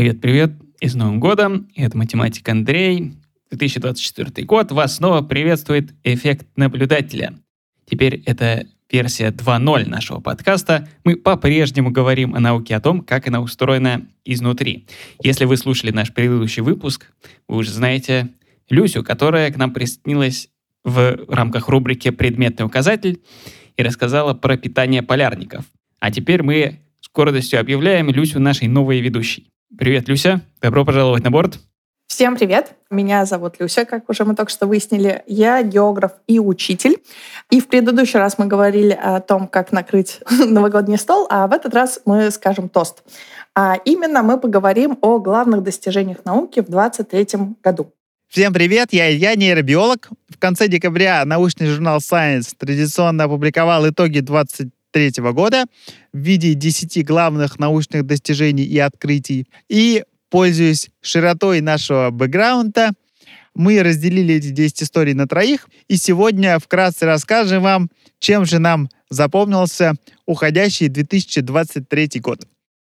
Привет-привет и с Новым годом! Это математик Андрей. 2024 год. Вас снова приветствует эффект наблюдателя. Теперь это версия 2.0 нашего подкаста. Мы по-прежнему говорим о науке, о том, как она устроена изнутри. Если вы слушали наш предыдущий выпуск, вы уже знаете Люсю, которая к нам присоединилась в рамках рубрики «Предметный указатель» и рассказала про питание полярников. А теперь мы с гордостью объявляем Люсю нашей новой ведущей. Привет, Люся. Добро пожаловать на борт. Всем привет. Меня зовут Люся, как уже мы только что выяснили. Я географ и учитель. И в предыдущий раз мы говорили о том, как накрыть новогодний стол, а в этот раз мы скажем тост. А именно мы поговорим о главных достижениях науки в 2023 году. Всем привет, я Илья, нейробиолог. В конце декабря научный журнал Science традиционно опубликовал итоги 2023 года в виде 10 главных научных достижений и открытий. И, пользуясь широтой нашего бэкграунда, мы разделили эти 10 историй на троих. И сегодня вкратце расскажем вам, чем же нам запомнился уходящий 2023 год.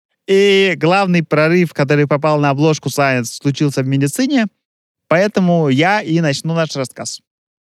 И главный прорыв, который попал на обложку Science, случился в медицине. Поэтому я и начну наш рассказ.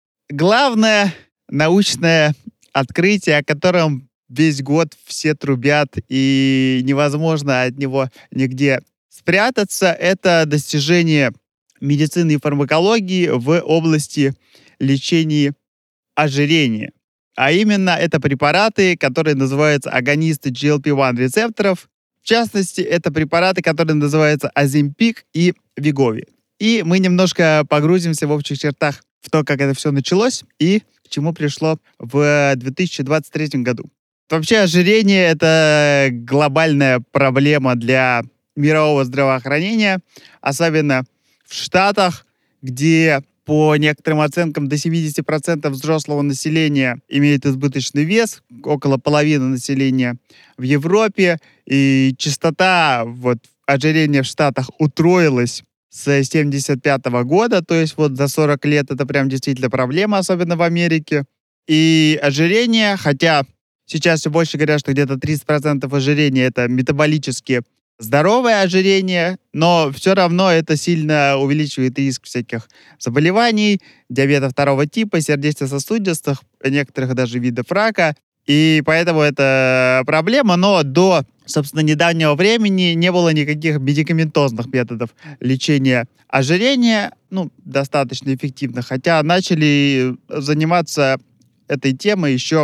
Главное научное открытие, о котором весь год все трубят и невозможно от него нигде спрятаться, это достижение медицины и фармакологии в области лечения ожирения. А именно, это препараты, которые называются агонисты GLP-1 рецепторов. В частности, это препараты, которые называются Оземпик и Вегови. И мы немножко погрузимся в общих чертах в то, как это все началось и к чему пришло в 2023 году. Вообще ожирение — это глобальная проблема для мирового здравоохранения, особенно в Штатах, где по некоторым оценкам до 70% взрослого населения имеет избыточный вес, около половины населения в Европе, и частота ожирения в Штатах утроилась с 1975 года, то есть за 40 лет это прям действительно проблема, особенно в Америке. И ожирение, хотя сейчас все больше говорят, что где-то 30% ожирения это метаболически здоровое ожирение, но все равно это сильно увеличивает риск всяких заболеваний, диабета второго типа, сердечно-сосудистых, некоторых даже видов рака. И поэтому это проблема, но до, собственно, недавнего времени не было никаких медикаментозных методов лечения ожирения, достаточно эффективных, хотя начали заниматься этой темой еще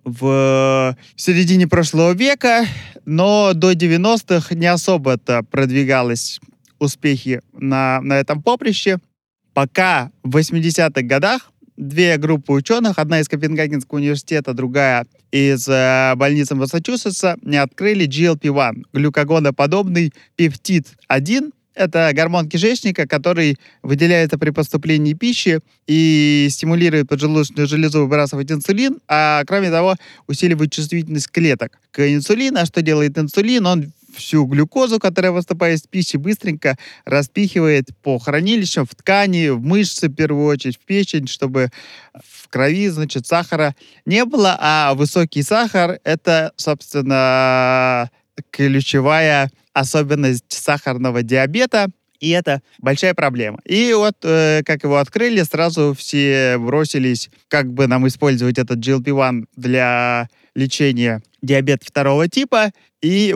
в середине прошлого века, но до 90-х не особо-то продвигалось успехи на этом поприще, пока в 80-х годах две группы ученых, одна из Копенгагенского университета, другая из больницы Массачусетса, не открыли GLP-1, глюкагоноподобный пептид-1. Это гормон кишечника, который выделяется при поступлении пищи и стимулирует поджелудочную железу выбрасывать инсулин, а кроме того усиливает чувствительность клеток к инсулину. А что делает инсулин? Он всю глюкозу, которая выступает из пищи, быстренько распихивает по хранилищам, в ткани, в мышцы, в первую очередь, в печень, чтобы в крови, сахара не было. А высокий сахар — это, собственно, ключевая особенность сахарного диабета, и это большая проблема. И как его открыли, сразу все бросились, как бы нам использовать этот GLP-1 для лечения диабета второго типа. И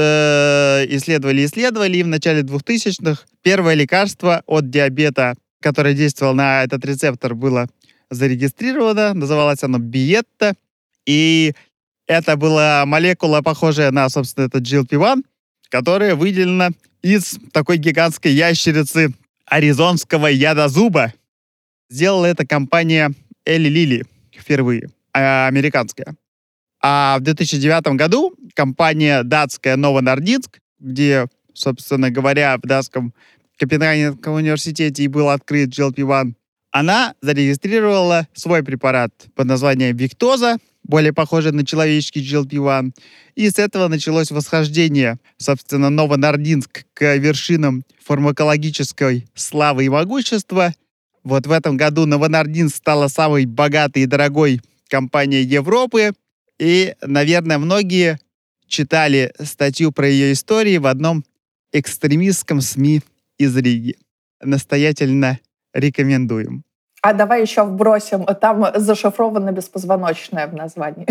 исследовали, и в начале 2000-х первое лекарство от диабета, которое действовало на этот рецептор, было зарегистрировано. Называлось оно Биетта. И это была молекула, похожая на, собственно, этот GLP-1, которая выделена из такой гигантской ящерицы аризонского ядозуба. Сделала это компания Eli Lilly впервые, американская. А в 2009 году компания датская Novo Nordisk, где, собственно говоря, в датском Копенгагенском университете и был открыт GLP-1, она зарегистрировала свой препарат под названием Victoza, более похожий на человеческий GLP-1. И с этого началось восхождение, собственно, Novo Nordisk к вершинам фармакологической славы и могущества. В этом году Novo Nordisk стала самой богатой и дорогой компанией Европы. И, наверное, многие читали статью про ее истории в одном экстремистском СМИ из Риги. Настоятельно рекомендуем. А давай еще вбросим, там зашифровано беспозвоночное в названии.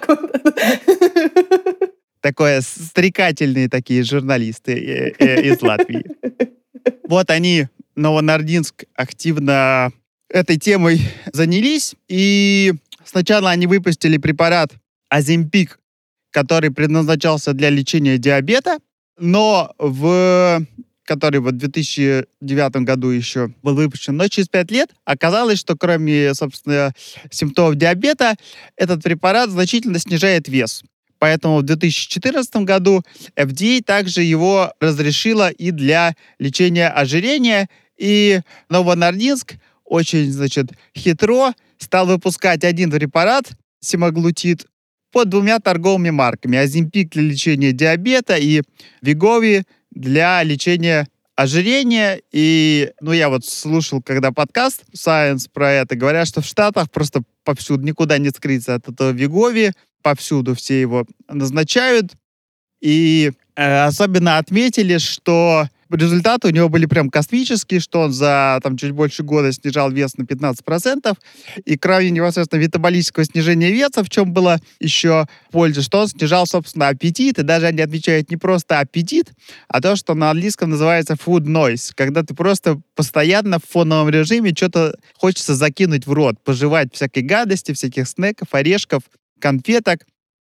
Такое стрекательные такие журналисты из Латвии. Вот они, Новонординск, активно этой темой занялись. И сначала они выпустили препарат Оземпик, который предназначался для лечения диабета, но который в 2009 году еще был выпущен. Но через 5 лет оказалось, что кроме, собственно, симптомов диабета, этот препарат значительно снижает вес. Поэтому в 2014 году FDA также его разрешила и для лечения ожирения. И Новонординск очень, хитро стал выпускать один препарат, семаглутид, под 2 торговыми марками. Оземпик для лечения диабета и Вегови для лечения ожирения. И, я слушал, когда подкаст Science про это, говорят, что в Штатах просто повсюду, никуда не скрыться от этого Вегови, повсюду все его назначают. И особенно отметили, что результаты у него были прям космические, что он за чуть больше года снижал вес на 15%. И кроме непосредственно метаболического снижения веса, в чем было еще польза, что он снижал, собственно, аппетит. И даже они отмечают не просто аппетит, а то, что на английском называется food noise, когда ты просто постоянно в фоновом режиме что-то хочется закинуть в рот, пожевать всякой гадости, всяких снеков, орешков, конфеток.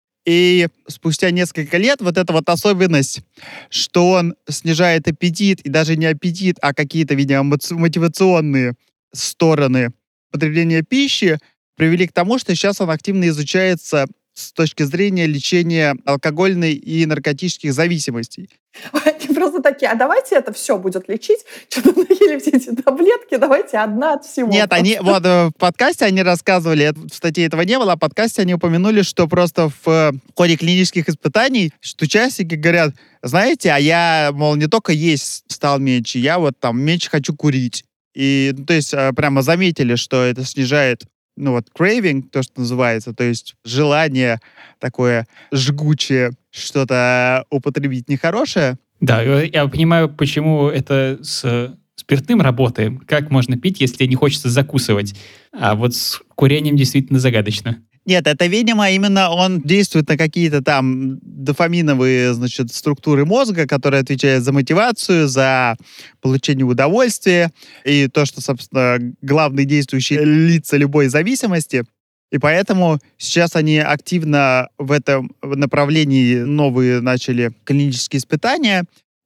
И спустя несколько лет вот эта особенность, что он снижает аппетит, и даже не аппетит, а какие-то, видимо, мотивационные стороны потребления пищи, привели к тому, что сейчас он активно изучается с точки зрения лечения алкогольной и наркотических зависимостей. Они просто такие, а давайте это все будет лечить, что-то наели все эти таблетки, давайте одна от всего. Нет, они в подкасте они рассказывали, в статье этого не было, а в подкасте они упомянули, что просто в ходе клинических испытаний, что участники говорят, знаете, а я, не только есть стал меньше, я меньше хочу курить. И, то есть, прямо заметили, что это снижает craving, то, что называется, то есть желание такое жгучее, что-то употребить нехорошее. Да, я понимаю, почему это с спиртным работаем. Как можно пить, если тебе не хочется закусывать? А вот с курением действительно загадочно. Нет, это, видимо, именно он действует на какие-то дофаминовые, структуры мозга, которые отвечают за мотивацию, за получение удовольствия и то, что, собственно, главные действующие лица любой зависимости. И поэтому сейчас они активно в этом направлении новые начали клинические испытания.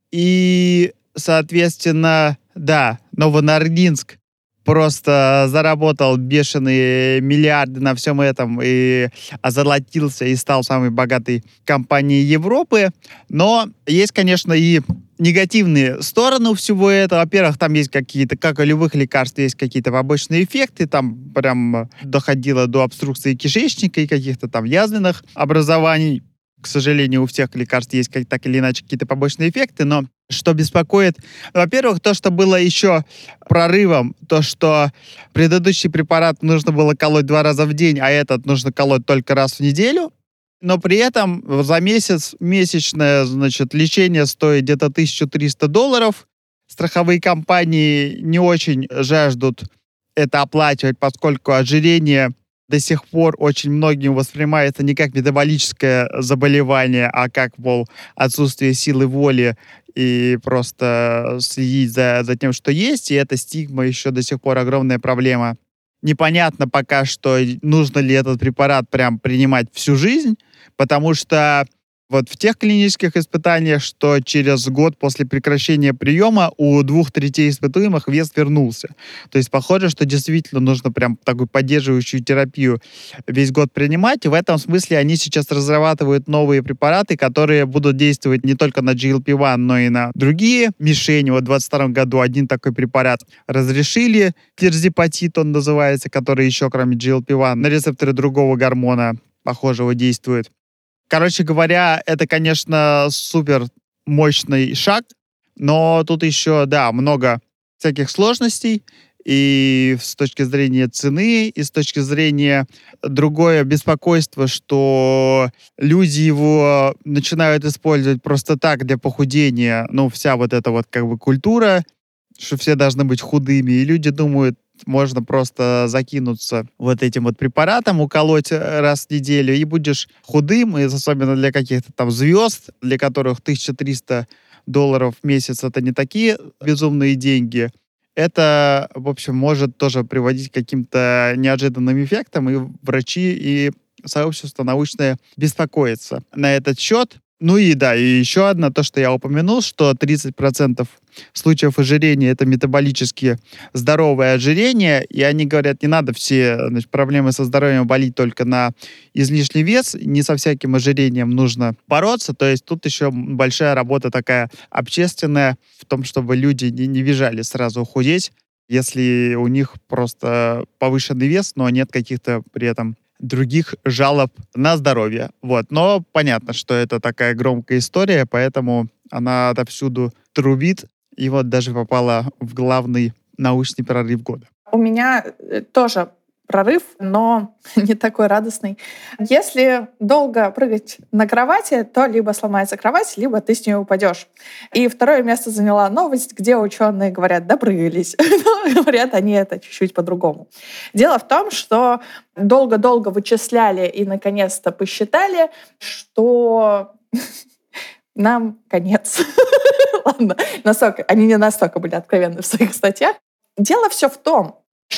И, соответственно, Новонординск просто заработал бешеные миллиарды на всем этом и озолотился и стал самой богатой компанией Европы. Но есть, конечно, и негативные стороны всего этого. Во-первых, там есть какие-то, как и у любых лекарств, есть какие-то побочные эффекты. Там прям доходило до обструкции кишечника и каких-то язвенных образований. К сожалению, у всех лекарств есть так или иначе какие-то побочные эффекты, но что беспокоит? Во-первых, то, что было еще прорывом, то, что предыдущий препарат нужно было колоть 2 раза в день, а этот нужно колоть только раз в неделю. Но при этом за месяц месячное, лечение стоит где-то $1300. Страховые компании не очень жаждут это оплачивать, поскольку ожирение до сих пор очень многим воспринимается не как метаболическое заболевание, а как, отсутствие силы воли и просто следить за тем, что есть. И эта стигма еще до сих пор огромная проблема. Непонятно пока что, нужно ли этот препарат прям принимать всю жизнь, потому что в тех клинических испытаниях, что через год после прекращения приема у 2/3 испытуемых вес вернулся. То есть похоже, что действительно нужно прям такую поддерживающую терапию весь год принимать. И в этом смысле они сейчас разрабатывают новые препараты, которые будут действовать не только на GLP-1, но и на другие мишени. В 2022 году один такой препарат разрешили, тирзепатид он называется, который еще, кроме GLP-1, на рецепторы другого гормона похожего действует. Короче говоря, это, конечно, супер мощный шаг, но тут еще, много всяких сложностей. и с точки зрения цены, и с точки зрения другое беспокойство, что люди его начинают использовать просто так для похудения. Вся вот эта вот как бы культура, что все должны быть худыми, и люди думают, можно просто закинуться вот этим вот препаратом, уколоть раз в неделю, и будешь худым, и особенно для каких-то там звезд, для которых $1300 в месяц — это не такие безумные деньги. Это, в общем, может тоже приводить к каким-то неожиданным эффектам, и врачи, и сообщество научное беспокоится на этот счет. И еще одно, то, что я упомянул, что 30% случаев ожирения — это метаболически здоровое ожирение, и они говорят, не надо все проблемы со здоровьем болеть только на излишний вес, не со всяким ожирением нужно бороться, то есть тут еще большая работа такая общественная в том, чтобы люди не бежали сразу худеть, если у них просто повышенный вес, но нет каких-то при этом других жалоб на здоровье. Но понятно, что это такая громкая история, поэтому она отовсюду трубит, и даже попала в главный научный прорыв года. У меня тоже прорыв, но не такой радостный. Если долго прыгать на кровати, то либо сломается кровать, либо ты с нее упадешь. И второе место заняла новость, где ученые говорят, допрыгались. Но говорят они это чуть-чуть по-другому. Дело в том, что долго-долго вычисляли и наконец-то посчитали, что нам конец. Ладно, они не настолько были откровенны в своих статьях. Дело все в том,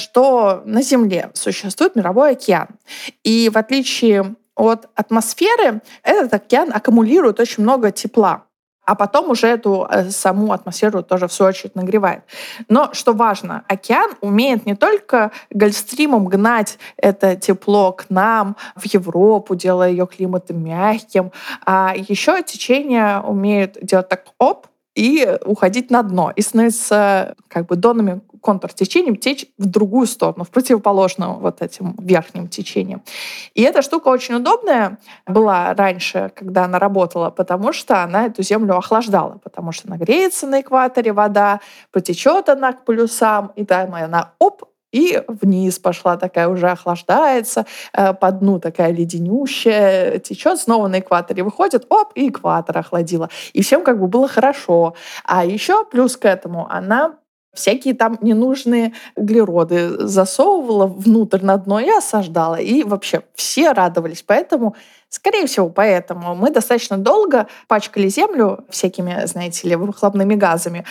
что на Земле существует мировой океан. И в отличие от атмосферы, этот океан аккумулирует очень много тепла. А потом уже эту саму атмосферу тоже в свою очередь нагревает. Но что важно, океан умеет не только гольфстримом гнать это тепло к нам, в Европу, делая ее климатом мягким, а еще течения умеют делать так оп, и уходить на дно, и становиться донами контртечением течь в другую сторону, в противоположную вот этим верхним течением. И эта штука очень удобная была раньше, когда она работала, потому что она эту землю охлаждала, потому что нагреется на экваторе вода, потечет она к полюсам, и там она оп, и вниз пошла такая, уже охлаждается, по дну такая леденющая, течет, снова на экваторе выходит, оп, и экватор охладила. И всем было хорошо. А еще плюс к этому она всякие там ненужные углероды засовывала внутрь на дно и осаждала. И вообще все радовались. Скорее всего, поэтому мы достаточно долго пачкали Землю всякими, знаете ли, выхлопными газами,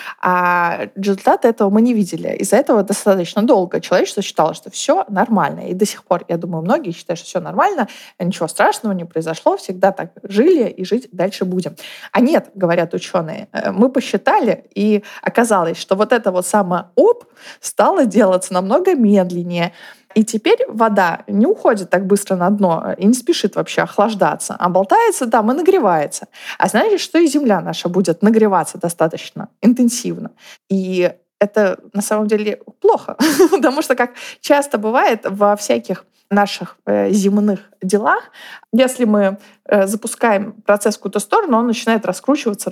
а результаты этого мы не видели. Из-за этого достаточно долго человечество считало, что все нормально. И до сих пор, я думаю, многие считают, что все нормально, ничего страшного не произошло, всегда так жили и жить дальше будем. А нет, говорят ученые, мы посчитали, и оказалось, что вот это вот самое оп стало делаться намного медленнее. И теперь вода не уходит так быстро на дно и не спешит вообще охлаждаться, а болтается там и нагревается. А значит, что и Земля наша будет нагреваться достаточно интенсивно. И это на самом деле плохо, потому что, как часто бывает во всяких наших земных делах, если мы запускаем процесс в какую-то сторону, он начинает раскручиваться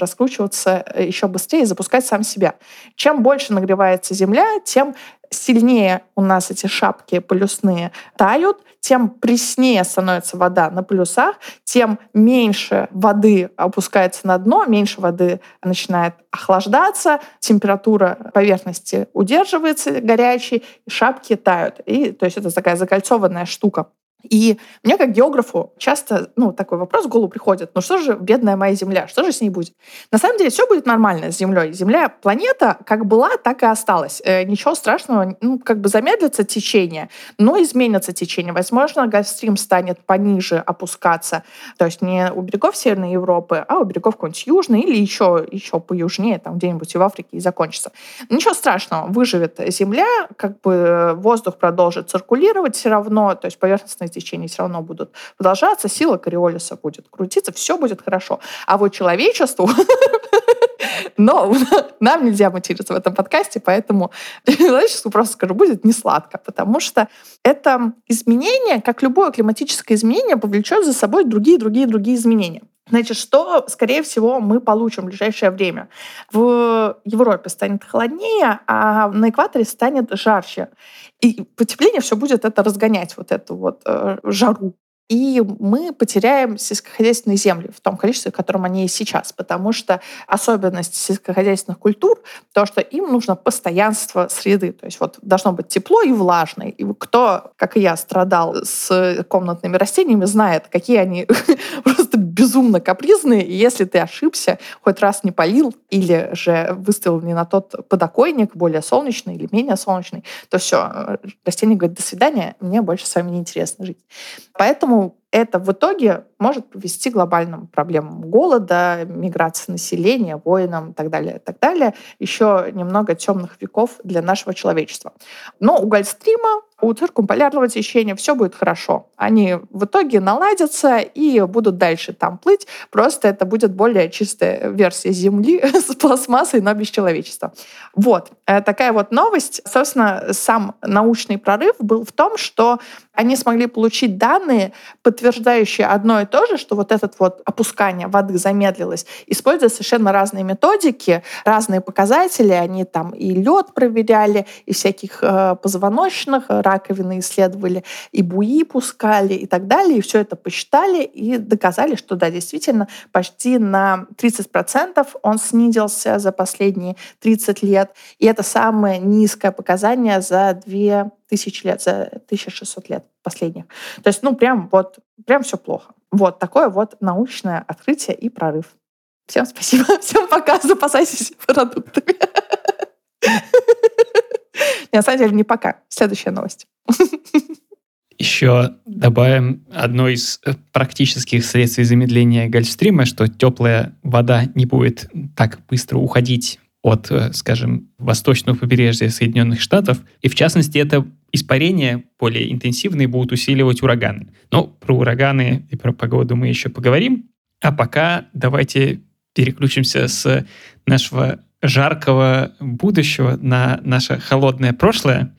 еще быстрее и запускать сам себя. Чем больше нагревается Земля, тем сильнее у нас эти шапки полюсные тают, тем преснее становится вода на полюсах, тем меньше воды опускается на дно, меньше воды начинает охлаждаться, температура поверхности удерживается горячей, и шапки тают. И, то есть это такая закольцованная штука. И мне, как географу, часто такой вопрос в голову приходит. Что же бедная моя Земля? Что же с ней будет? На самом деле все будет нормально с Землей. Земля, планета, как была, так и осталась. Ничего страшного, замедлится течение, но изменится течение. Возможно, гольфстрим станет пониже опускаться. То есть не у берегов Северной Европы, а у берегов какой-нибудь Южной или еще поюжнее, там где-нибудь и в Африке, и закончится. Ничего страшного, выживет Земля, воздух продолжит циркулировать все равно, то есть поверхностные течения все равно будут продолжаться, сила Кориолиса будет крутиться, все будет хорошо. А вот человечеству Но нам нельзя материться в этом подкасте, поэтому человечеству, просто скажу, будет не сладко, потому что это изменение, как любое климатическое изменение, повлечет за собой другие изменения. Значит, что, скорее всего, мы получим в ближайшее время? В Европе станет холоднее, а на экваторе станет жарче. И потепление все будет это разгонять, вот эту вот жару. И мы потеряем сельскохозяйственные земли в том количестве, в котором они есть сейчас, потому что особенность сельскохозяйственных культур — то, что им нужно постоянство среды. То есть вот должно быть тепло и влажно. И кто, как и я, страдал с комнатными растениями, знает, какие они просто безумно капризные. И если ты ошибся, хоть раз не полил или же выставил не на тот подоконник, более солнечный или менее солнечный, то все, растение говорит: до свидания, мне больше с вами не интересно жить. Поэтому это в итоге может привести к глобальным проблемам голода, миграции населения, войнам и так далее, и так далее. Еще немного темных веков для нашего человечества. Но у Гольфстрима, у циркумполярного течения все будет хорошо. Они в итоге наладятся и будут дальше там плыть. Просто это будет более чистая версия Земли с пластмассой, но без человечества. Вот. Такая вот новость. Собственно, сам научный прорыв был в том, что они смогли получить данные, подтверждающие одно и то же, что вот это вот опускание воды замедлилось, используя совершенно разные методики, разные показатели. Они там и лед проверяли, и всяких позвоночных, раковины исследовали, и буи пускали, и так далее. И все это посчитали и доказали, что да, действительно, почти на 30% он снизился за последние 30 лет. И это самое низкое показание за 2000 лет, за 1600 лет последних. То есть, прям все плохо. Вот такое вот научное открытие и прорыв. Всем спасибо, всем пока, запасайтесь продуктами. На самом деле не пока. Следующая новость. Еще добавим одно из практических следствий замедления Гольфстрима, что теплая вода не будет так быстро уходить от, скажем, восточного побережья Соединенных Штатов. И в частности, это испарения более интенсивные будут усиливать ураганы. Но про ураганы и про погоду мы еще поговорим. А пока давайте переключимся с нашего жаркого будущего на наше холодное прошлое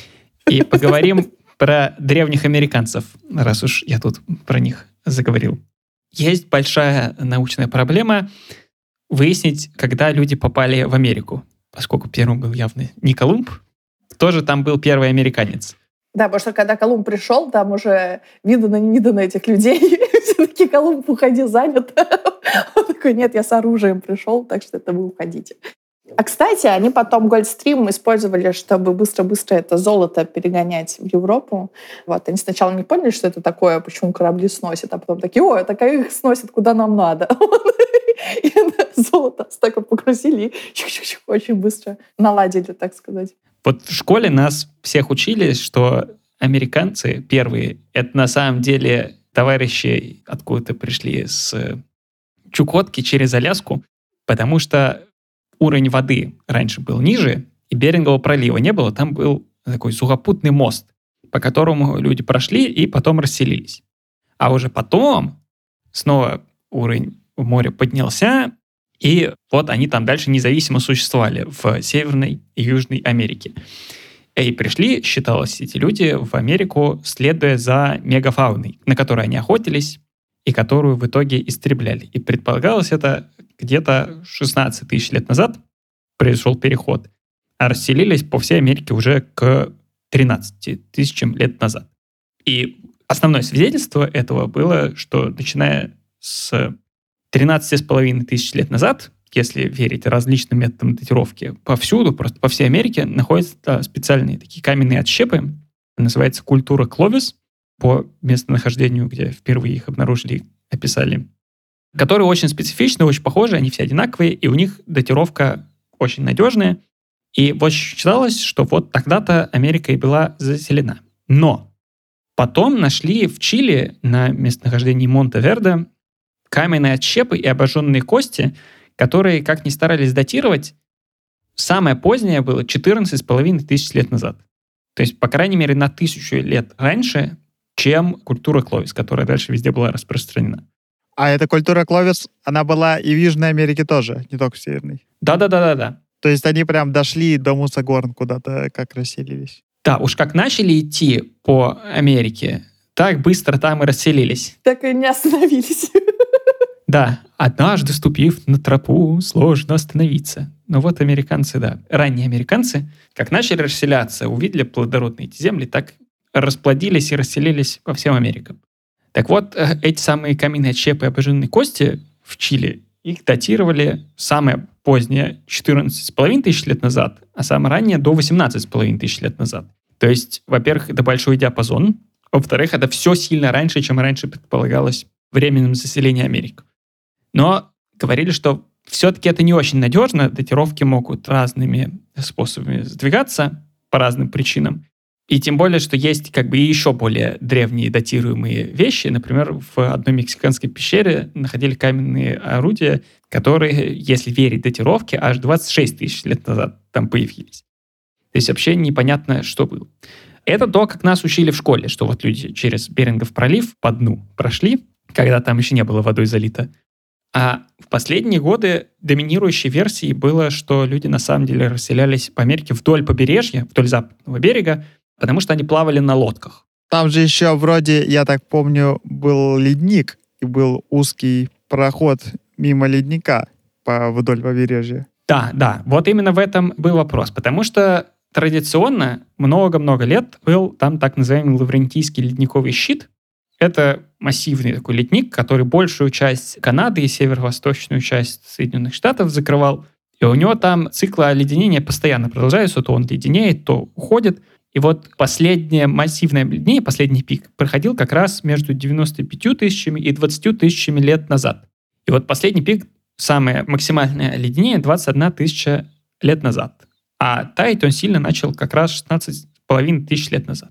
и поговорим про древних американцев, раз уж я тут про них заговорил. Есть большая научная проблема выяснить, когда люди попали в Америку, поскольку первым был явно не Колумб, тоже там был первый американец. Да, потому что когда Колумб пришел, там уже видано-невидано этих людей. Все-таки Колумб, уходи, занят. Он такой: нет, я с оружием пришел, так что это вы уходите. А, кстати, они потом Гольфстрим использовали, чтобы быстро-быстро это золото перегонять в Европу. Вот. Они сначала не поняли, что это такое, почему корабли сносят, а потом такие: ой, так их сносят куда нам надо. И золото столько погрузили и очень быстро наладили, так сказать. Вот в школе нас всех учили, что американцы первые — это на самом деле товарищи откуда-то пришли с Чукотки через Аляску, потому что уровень воды раньше был ниже, и Берингового пролива не было. Там был такой сухопутный мост, по которому люди прошли и потом расселились. А уже потом снова уровень моря поднялся, и вот они там дальше независимо существовали в Северной и Южной Америке. И пришли, считалось, эти люди в Америку, следуя за мегафауной, на которой они охотились и которую в итоге истребляли. И предполагалось это где-то 16 тысяч лет назад произошел переход, а расселились по всей Америке уже к 13 тысячам лет назад. И основное свидетельство этого было, что начиная с 13,5 тысяч лет назад, если верить различным методам датировки, повсюду, просто по всей Америке находятся специальные такие каменные отщепы. Называется культура Кловис, по местонахождению, где впервые их обнаружили, описали, которые очень специфичны, очень похожи, они все одинаковые, и у них датировка очень надежная. И вот считалось, что вот тогда-то Америка и была заселена. Но потом нашли в Чили на местонахождении Монте-Верде каменные отщепы и обожженные кости, которые, как ни старались датировать, самое позднее было 14,5 тысяч лет назад. То есть, по крайней мере, на 1000 лет раньше, чем культура Кловис, которая дальше везде была распространена. А эта культура Кловис, она была и в Южной Америке тоже, не только в Северной. Да. То есть они прям дошли до Мусагорн куда-то, как расселились. Да, уж как начали идти по Америке, так быстро там и расселились. Так и не остановились. Да, однажды ступив на тропу, сложно остановиться. Но вот американцы, да, ранние американцы, как начали расселяться, увидели плодородные эти земли, так расплодились и расселились по всем Америкам. Так вот, эти самые каменные отщепы и обожженные кости в Чили, их датировали самое позднее 14,5 тысяч лет назад, а самое раннее до 18,5 тысяч лет назад. То есть, во-первых, это большой диапазон, во-вторых, это все сильно раньше, чем раньше предполагалось временным заселением Америки. Но говорили, что все-таки это не очень надежно, датировки могут разными способами сдвигаться по разным причинам. И тем более, что есть как бы и еще более древние датируемые вещи. Например, в одной мексиканской пещере находили каменные орудия, которые, если верить датировке, аж 26 тысяч лет назад там появились. То есть вообще непонятно, что было. Это то, как нас учили в школе, что вот люди через Берингов пролив по дну прошли, когда там еще не было водой залито. А в последние годы доминирующей версией было, что люди на самом деле расселялись по Америке вдоль побережья, вдоль западного берега, потому что они плавали на лодках. Там же еще вроде, я так помню, был ледник, и был узкий проход мимо ледника вдоль побережья. Да, вот именно в этом был вопрос, потому что традиционно много-много лет был там так называемый Лаврентийский ледниковый щит. Это массивный такой ледник, который большую часть Канады и северо-восточную часть Соединенных Штатов закрывал. И у него там циклы оледенения постоянно продолжаются, то он леденеет, то уходит. И вот последнее массивное обледенение, последний пик, проходил как раз между 95 тысячами и 20 тысячами лет назад. И вот последний пик, самое максимальное оледенение, 21 тысяча лет назад. А таять он сильно начал как раз 16,5 тысяч лет назад.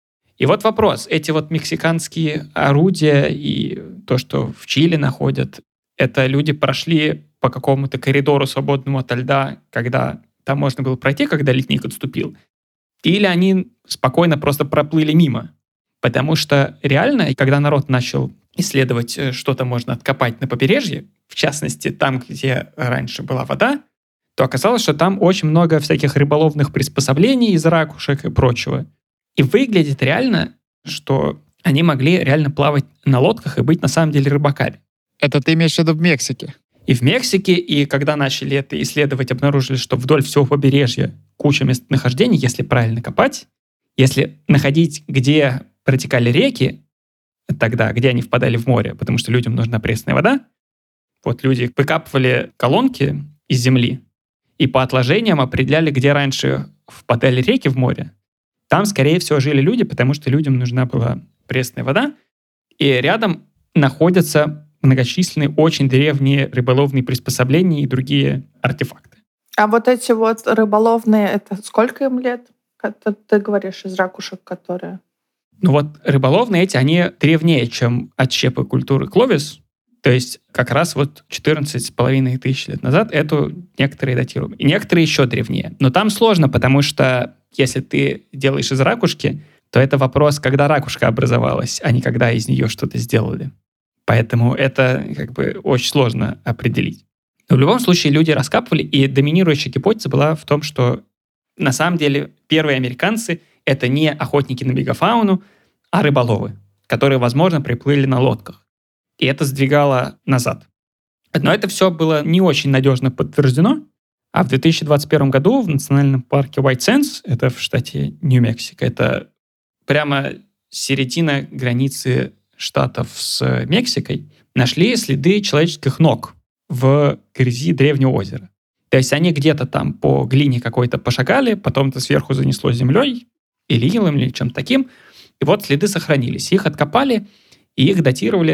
И вот вопрос. Эти вот мексиканские орудия и то, что в Чили находят, это люди прошли по какому-то коридору, свободному ото льда, когда там можно было пройти, когда ледник отступил, или они спокойно просто проплыли мимо. Потому что реально, когда народ начал исследовать, что-то можно откопать на побережье, в частности, там, где раньше была вода, то оказалось, что там очень много всяких рыболовных приспособлений из ракушек и прочего. И выглядит реально, что они могли реально плавать на лодках и быть на самом деле рыбаками. Это ты имеешь в виду в Мексике? И в Мексике, и когда начали это исследовать, обнаружили, что вдоль всего побережья куча местонахождений, если правильно копать, если находить, где протекали реки, тогда, где они впадали в море, потому что людям нужна пресная вода, вот люди выкапывали колонки из земли и по отложениям определяли, где раньше впадали реки в море. Там, скорее всего, жили люди, потому что людям нужна была пресная вода. И рядом находятся многочисленные, очень древние рыболовные приспособления и другие артефакты. А вот эти вот рыболовные, это сколько им лет? Ты говоришь из ракушек, которые... Ну вот рыболовные эти, они древнее, чем отщепы культуры Кловис. То есть как раз вот 14,5 тысяч лет назад эту некоторые датируют. И некоторые еще древнее. Но там сложно, потому что если ты делаешь из ракушки, то это вопрос, когда ракушка образовалась, а не когда из нее что-то сделали. Поэтому это как бы очень сложно определить. Но в любом случае люди раскапывали, и доминирующая гипотеза была в том, что на самом деле первые американцы — это не охотники на мегафауну, а рыболовы, которые, возможно, приплыли на лодках. И это сдвигало назад. Но это все было не очень надежно подтверждено. А в 2021 году в национальном парке White Sands, это в штате Нью-Мексико, это прямо середина границы штатов с Мексикой, нашли следы человеческих ног в грязи древнего озера. То есть они где-то там по глине какой-то пошагали, потом это сверху занесло землей или илом, или чем-то таким. И вот следы сохранились. Их откопали, и их датировали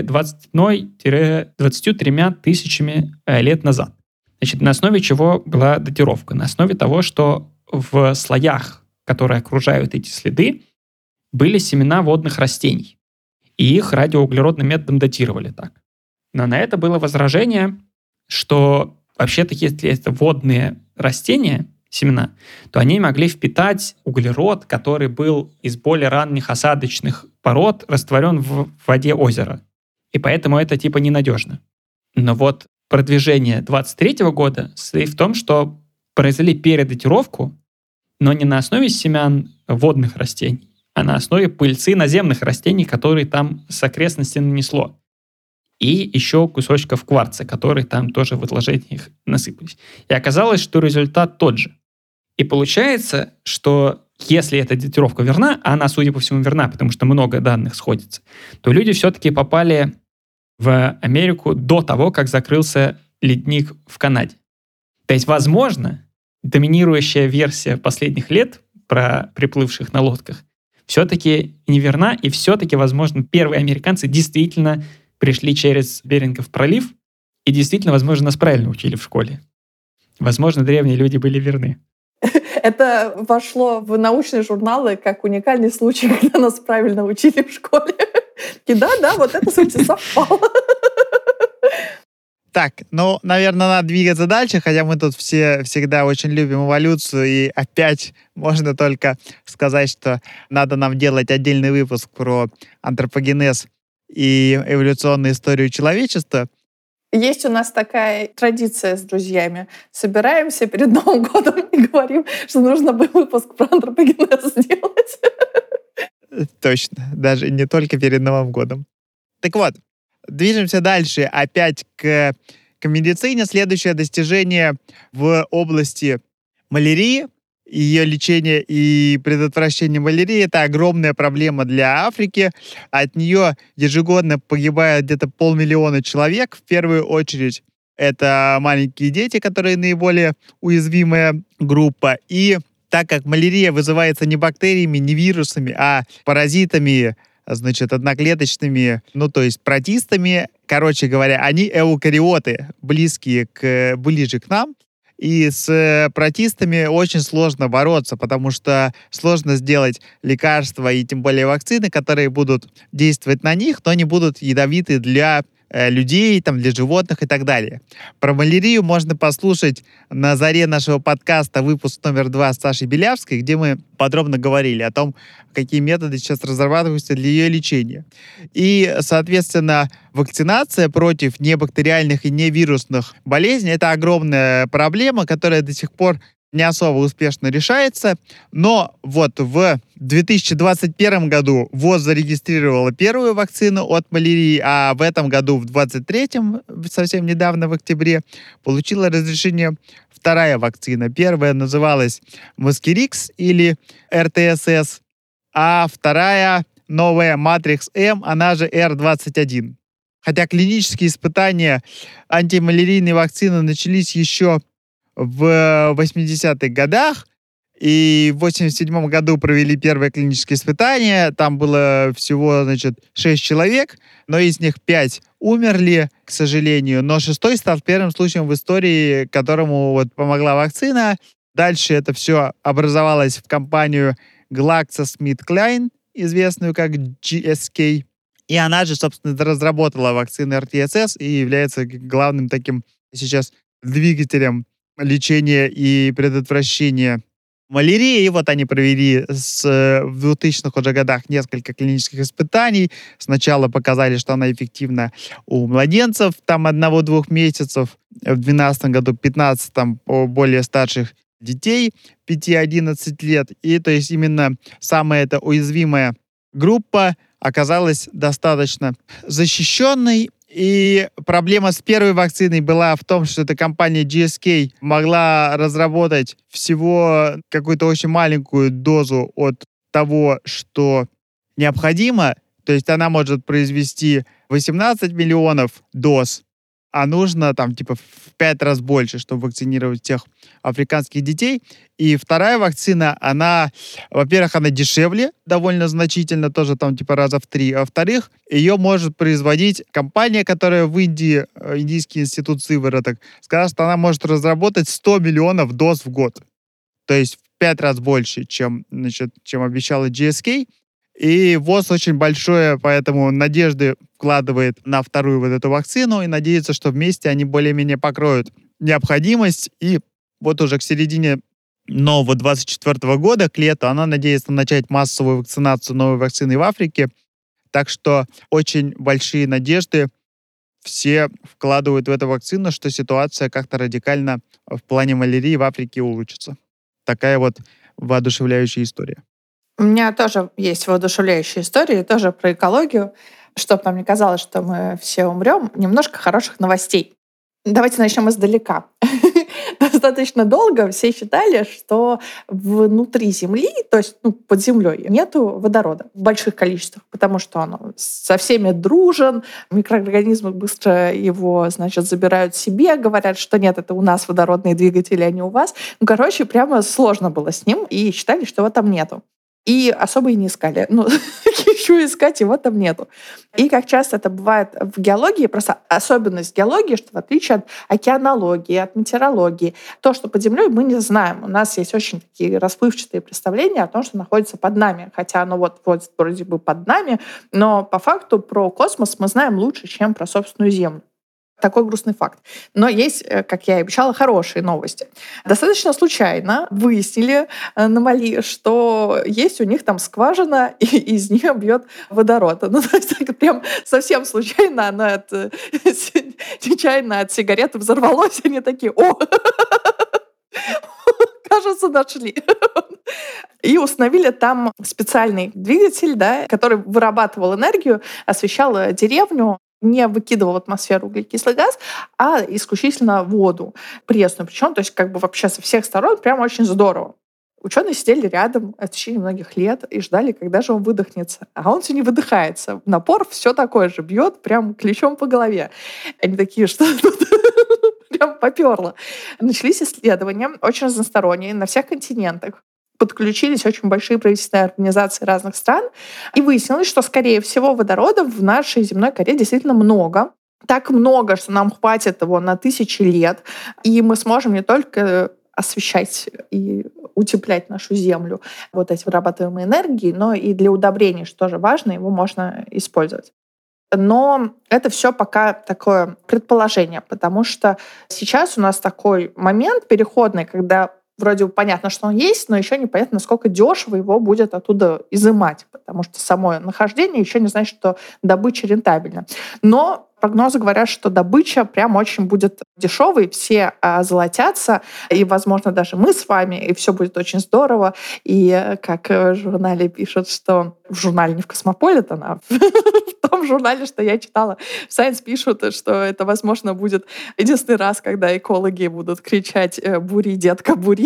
21-23 тысячами лет назад. Значит, на основе чего была датировка? На основе того, что в слоях, которые окружают эти следы, были семена водных растений. И их радиоуглеродным методом датировали так. Но на это было возражение, что вообще-то, если это водные растения, семена, то они могли впитать углерод, который был из более ранних осадочных пород растворен в воде озера. И поэтому это типа ненадежно. Но вот продвижение 2023 года состоит в том, что произвели передатировку, но не на основе семян водных растений, а на основе пыльцы наземных растений, которые там с окрестности нанесло. И еще кусочков кварца, которые там тоже в отложениях насыпались. И оказалось, что результат тот же. И получается, что если эта датировка верна, а она, судя по всему, верна, потому что много данных сходится, то люди все-таки попали в Америку до того, как закрылся ледник в Канаде. То есть, возможно, доминирующая версия последних лет про приплывших на лодках все-таки неверна, и все-таки, возможно, первые американцы действительно пришли через Берингов пролив, и действительно, возможно, нас правильно учили в школе. Возможно, древние люди были верны. Это вошло в научные журналы как уникальный случай, когда нас правильно учили в школе. И да, вот это, кстати, совпало. Так, наверное, надо двигаться дальше, хотя мы тут все всегда очень любим эволюцию, и опять можно только сказать, что надо нам делать отдельный выпуск про антропогенез и эволюционную историю человечества. Есть у нас такая традиция с друзьями. Собираемся перед Новым годом и говорим, что нужно бы выпуск про антропогенез сделать. Точно, даже не только перед Новым годом. Так вот, движемся дальше опять к медицине. Следующее достижение в области малярии, ее лечения и предотвращения малярии — это огромная проблема для Африки. От нее ежегодно погибает где-то 500 000 человек. В первую очередь это маленькие дети, которые наиболее уязвимая группа. И так как малярия вызывается не бактериями, не вирусами, а паразитами, одноклеточными, то есть протистами. Короче говоря, они эукариоты, ближе к нам. И с протистами очень сложно бороться, потому что сложно сделать лекарства и тем более вакцины, которые будут действовать на них, но не будут ядовиты для людей, для животных и так далее. Про малярию можно послушать на заре нашего подкаста выпуск номер 2 с Сашей Белявской, где мы подробно говорили о том, какие методы сейчас разрабатываются для ее лечения. И, соответственно, вакцинация против небактериальных и невирусных болезней — это огромная проблема, которая до сих пор не особо успешно решается. Но вот в 2021 году ВОЗ зарегистрировала первую вакцину от малярии, а в этом году, в 2023, совсем недавно, в октябре, получила разрешение вторая вакцина. Первая называлась Маскирикс или РТСС, а вторая, новая, Матрикс-М, она же Р21. Хотя клинические испытания антималярийной вакцины начались еще в 80-х годах, и в 87 году провели первое клиническое испытание. Там было всего, 6 человек, но из них 5 умерли, к сожалению. Но 6-й стал первым случаем в истории, которому помогла вакцина. Дальше это все образовалось в компанию GlaxoSmithKline, известную как GSK. И она же, собственно, разработала вакцину РТСС и является главным таким сейчас двигателем лечения и предотвращения малярии. И вот они провели в 2000-х уже годах несколько клинических испытаний. Сначала показали, что она эффективна у младенцев, 1-2 месяцев. В 2012 году 15 у более старших детей 5-11 лет. И то есть именно самая эта уязвимая группа оказалась достаточно защищенной. И проблема с первой вакциной была в том, что эта компания GSK могла разработать всего какую-то очень маленькую дозу от того, что необходимо. То есть она может произвести 18 миллионов доз, а нужно в 5 раз больше, чтобы вакцинировать всех африканских детей. И вторая вакцина, она, во-первых, она дешевле довольно значительно, тоже раза в 3. А во-вторых, ее может производить компания, которая в Индии, Индийский институт сывороток, сказала, что она может разработать 100 миллионов доз в год. То есть в 5 раз больше, чем обещала GSK. И ВОЗ очень большое, поэтому надежды вкладывает на вторую эту вакцину и надеется, что вместе они более-менее покроют необходимость. И вот уже к середине нового 2024 года, к лету, она надеется начать массовую вакцинацию новой вакциной в Африке. Так что очень большие надежды все вкладывают в эту вакцину, что ситуация как-то радикально в плане малярии в Африке улучшится. Такая вот воодушевляющая история. У меня тоже есть воодушевляющая история, тоже про экологию. Чтобы нам не казалось, что мы все умрем, немножко хороших новостей. Давайте начнем издалека. Достаточно долго все считали, что внутри Земли, то есть под землей, нету водорода в больших количествах, потому что он со всеми дружен, микроорганизмы быстро его, забирают себе, говорят, что нет, это у нас водородные двигатели, а не у вас. Прямо сложно было с ним, и считали, что его там нету. И особо и не искали. Еще искать его там нету. И как часто это бывает в геологии, просто особенность геологии, что в отличие от океанологии, от метеорологии, то, что под землей, мы не знаем. У нас есть очень такие расплывчатые представления о том, что находится под нами. Хотя оно вот вроде бы под нами, но по факту про космос мы знаем лучше, чем про собственную Землю. Такой грустный факт. Но есть, как я и обещала, хорошие новости. Достаточно случайно выяснили на Мали, что есть у них там скважина, и из нее бьет водород. То есть прям совсем случайно она нечаянно от сигареты взорвалась, и они такие: о, кажется, нашли. И установили там специальный двигатель, который вырабатывал энергию, освещал деревню, не выкидывал в атмосферу углекислый газ, а исключительно воду пресную. Причем, то есть вообще со всех сторон прям очень здорово. Ученые сидели рядом в течение многих лет и ждали, когда же он выдохнется. А он все не выдыхается. Напор все такой же, бьет прям ключом по голове. Они такие: что тут? Прям поперло. Начались исследования, очень разносторонние, на всех континентах. Подключились очень большие правительственные организации разных стран, и выяснилось, что, скорее всего, водорода в нашей земной коре действительно много. Так много, что нам хватит его на тысячи лет, и мы сможем не только освещать и утеплять нашу землю вот эти вырабатываемые энергии, но и для удобрений, что тоже важно, его можно использовать. Но это все пока такое предположение, потому что сейчас у нас такой момент переходный, когда вроде бы понятно, что он есть, но еще непонятно, насколько дешево его будет оттуда изымать, потому что само нахождение еще не значит, что добыча рентабельна. Но прогнозы говорят, что добыча прям очень будет дешевой, все озолотятся, и, возможно, даже мы с вами, и все будет очень здорово. И как в журнале пишут, что в журнале не в Космополитен, а в том журнале, что я читала, в Science пишут, что это, возможно, будет единственный раз, когда экологи будут кричать: «Бури, детка, бури».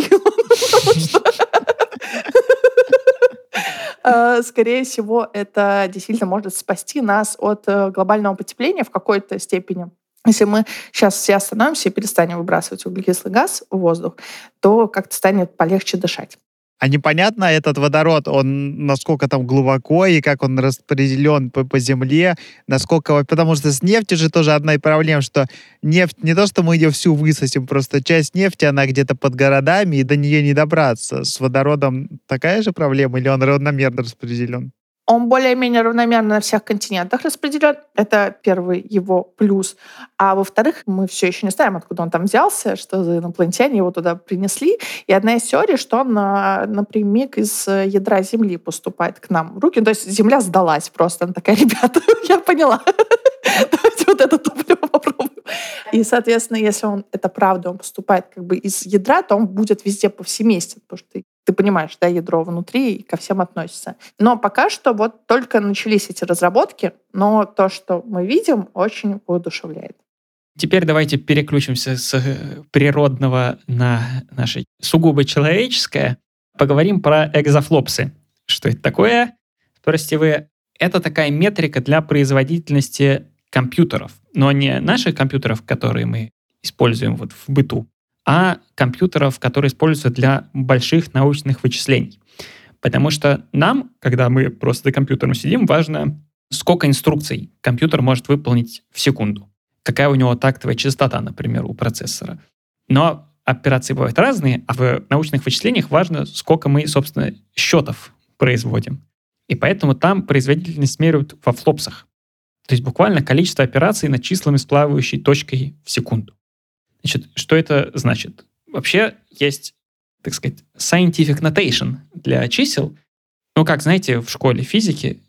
Скорее всего, это действительно может спасти нас от глобального потепления в какой-то степени. Если мы сейчас все остановимся и перестанем выбрасывать углекислый газ в воздух, то как-то станет полегче дышать. А непонятно, этот водород, он насколько там глубоко и как он распределен по земле, насколько... Потому что с нефтью же тоже одна из проблем, что нефть, не то, что мы ее всю высосим, просто часть нефти, она где-то под городами, и до нее не добраться. С водородом такая же проблема, или он равномерно распределен? Он более-менее равномерно на всех континентах распределен. Это первый его плюс. А во-вторых, мы все еще не знаем, откуда он там взялся, что за инопланетяне его туда принесли. И одна из теорий, что он напрямик из ядра Земли поступает к нам в руки. То есть Земля сдалась просто. Она такая: ребята, я поняла. Давайте вот это топливо попробуем. И, соответственно, если это правда, он поступает из ядра, то он будет везде повсеместен, потому что ты понимаешь, ядро внутри и ко всем относится. Но пока что вот только начались эти разработки, но то, что мы видим, очень воодушевляет. Теперь давайте переключимся с природного на наше сугубо человеческое. Поговорим про экзофлопсы. Что это такое? Спросите вы. Это такая метрика для производительности компьютеров. Но не наших компьютеров, которые мы используем в быту, а компьютеров, которые используются для больших научных вычислений. Потому что нам, когда мы просто за компьютером сидим, важно, сколько инструкций компьютер может выполнить в секунду. Какая у него тактовая частота, например, у процессора. Но операции бывают разные, а в научных вычислениях важно, сколько мы, собственно, счетов производим. И поэтому там производительность меряют во флопсах. То есть буквально количество операций над числами с плавающей точкой в секунду. Значит, что это значит? Вообще есть, так сказать, scientific notation для чисел. Ну, как, знаете, в школе физики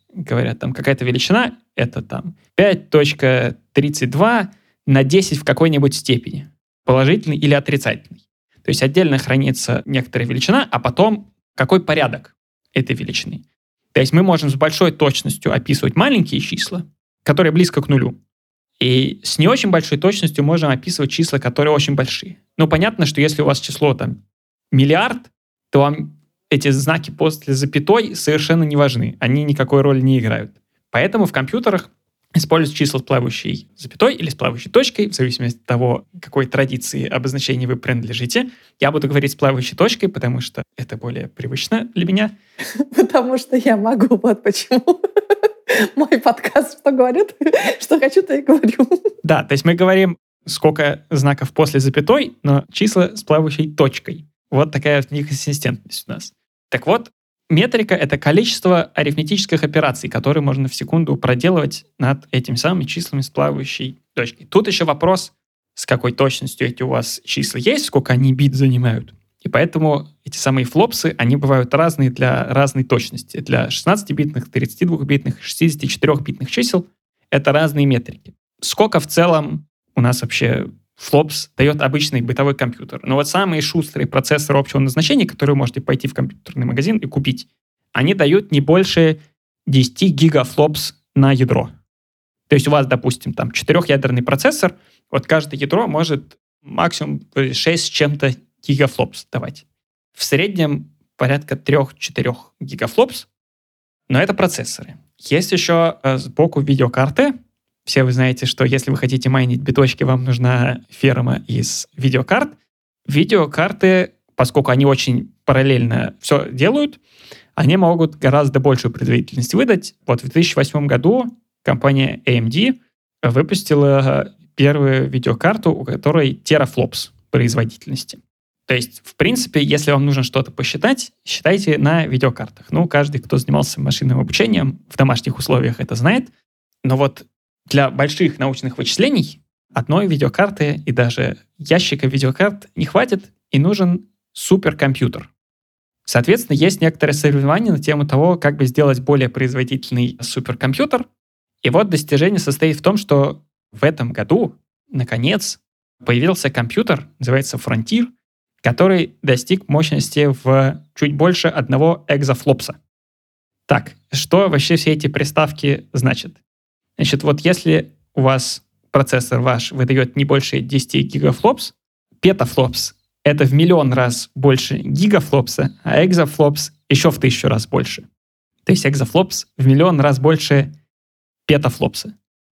говорят, там какая-то величина, это там 5.32 на 10 в какой-нибудь степени, положительный или отрицательный. То есть отдельно хранится некоторая величина, а потом какой порядок этой величины. То есть мы можем с большой точностью описывать маленькие числа, которые близко к нулю, и с не очень большой точностью можем описывать числа, которые очень большие. Ну, понятно, что если у вас число там миллиард, то вам эти знаки после запятой совершенно не важны. Они никакой роли не играют. Поэтому в компьютерах используют числа с плавающей запятой или с плавающей точкой, в зависимости от того, какой традиции обозначения вы принадлежите. Я буду говорить с плавающей точкой, потому что это более привычно для меня. Потому что я могу, вот почему. Мой подкаст что говорит, что хочу, то и говорю. Да, то есть мы говорим, сколько знаков после запятой, но числа с плавающей точкой. Вот такая неконсистентность у нас. Так вот, метрика — это количество арифметических операций, которые можно в секунду проделывать над этими самыми числами с плавающей точкой. Тут еще вопрос, с какой точностью эти у вас числа есть, сколько они бит занимают. И поэтому эти самые флопсы, они бывают разные для разной точности. Для 16-битных, 32-битных, 64-битных чисел это разные метрики. Сколько в целом у нас вообще флопс дает обычный бытовой компьютер? Но вот самые шустрые процессоры общего назначения, которые вы можете пойти в компьютерный магазин и купить, они дают не больше 10 гигафлопс на ядро. То есть у вас, допустим, там 4-ядерный процессор, вот каждое ядро может максимум 6 с чем-то гигафлопс давать. В среднем порядка 3-4 гигафлопс, но это процессоры. Есть еще сбоку видеокарты. Все вы знаете, что если вы хотите майнить биточки, вам нужна ферма из видеокарт. Видеокарты, поскольку они очень параллельно все делают, они могут гораздо большую производительность выдать. Вот в 2008 году компания AMD выпустила первую видеокарту, у которой терафлопс производительности. То есть, в принципе, если вам нужно что-то посчитать, считайте на видеокартах. Ну, каждый, кто занимался машинным обучением в домашних условиях, это знает. Но вот для больших научных вычислений одной видеокарты и даже ящика видеокарт не хватит, и нужен суперкомпьютер. Соответственно, есть некоторые соревнования на тему того, как бы сделать более производительный суперкомпьютер. И вот достижение состоит в том, что в этом году, наконец, появился компьютер, называется Frontier, который достиг мощности в чуть больше 1 экзафлопса. Так, что вообще все эти приставки значат? Значит, вот если у вас процессор ваш выдает не больше 10 гигафлопс, петафлопс — это в 1 миллион раз больше гигафлопса, а экзафлопс еще в 1000 раз больше. То есть экзафлопс в 1 миллион раз больше петафлопса,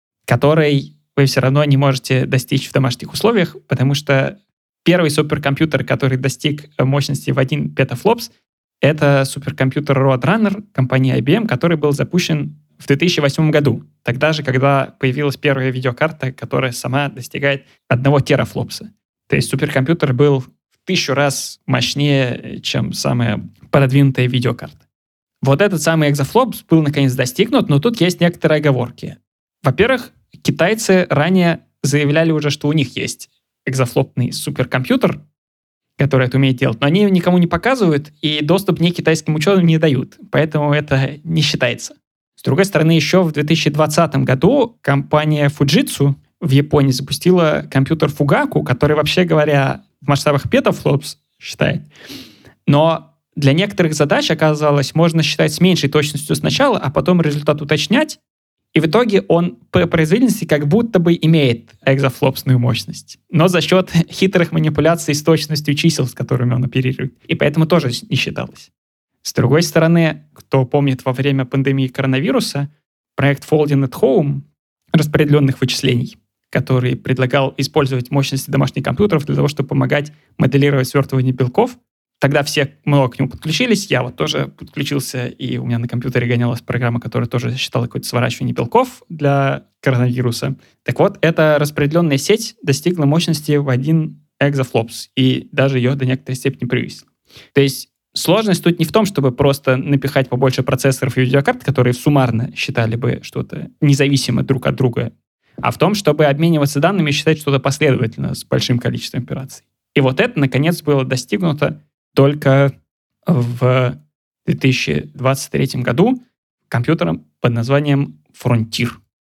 который вы все равно не можете достичь в домашних условиях, потому что первый суперкомпьютер, который достиг мощности в 1 петафлопс, это суперкомпьютер Roadrunner компании IBM, который был запущен в 2008 году. Тогда же, когда появилась первая видеокарта, которая сама достигает 1 терафлопса. То есть суперкомпьютер был в 1000 раз мощнее, чем самая продвинутая видеокарта. Вот этот самый экзафлопс был наконец достигнут, но тут есть некоторые оговорки. Во-первых, китайцы ранее заявляли уже, что у них есть экзафлопный суперкомпьютер, который это умеет делать, но они его никому не показывают и доступ не китайским ученым не дают, поэтому это не считается. С другой стороны, еще в 2020 году компания Fujitsu в Японии запустила компьютер Fugaku, который, вообще говоря, в масштабах петафлопс считает. Но для некоторых задач, оказалось, можно считать с меньшей точностью сначала, а потом результат уточнять, и в итоге он по производительности как будто бы имеет экзафлопсную мощность, но за счет хитрых манипуляций с точностью чисел, с которыми он оперирует. И поэтому тоже не считалось. С другой стороны, кто помнит, во время пандемии коронавируса проект Folding at Home распределенных вычислений, который предлагал использовать мощности домашних компьютеров для того, чтобы помогать моделировать свертывание белков. Тогда все много к нему подключились, я вот тоже подключился, и у меня на компьютере гонялась программа, которая тоже считала какое-то сворачивание белков для коронавируса. Так вот, эта распределенная сеть достигла мощности в 1 экзафлопс, и даже ее до некоторой степени превысила. То есть сложность тут не в том, чтобы просто напихать побольше процессоров и видеокарт, которые суммарно считали бы что-то независимо друг от друга, а в том, чтобы обмениваться данными и считать что-то последовательно с большим количеством операций. И вот это, наконец, было достигнуто только в 2023 году компьютером под названием Frontier.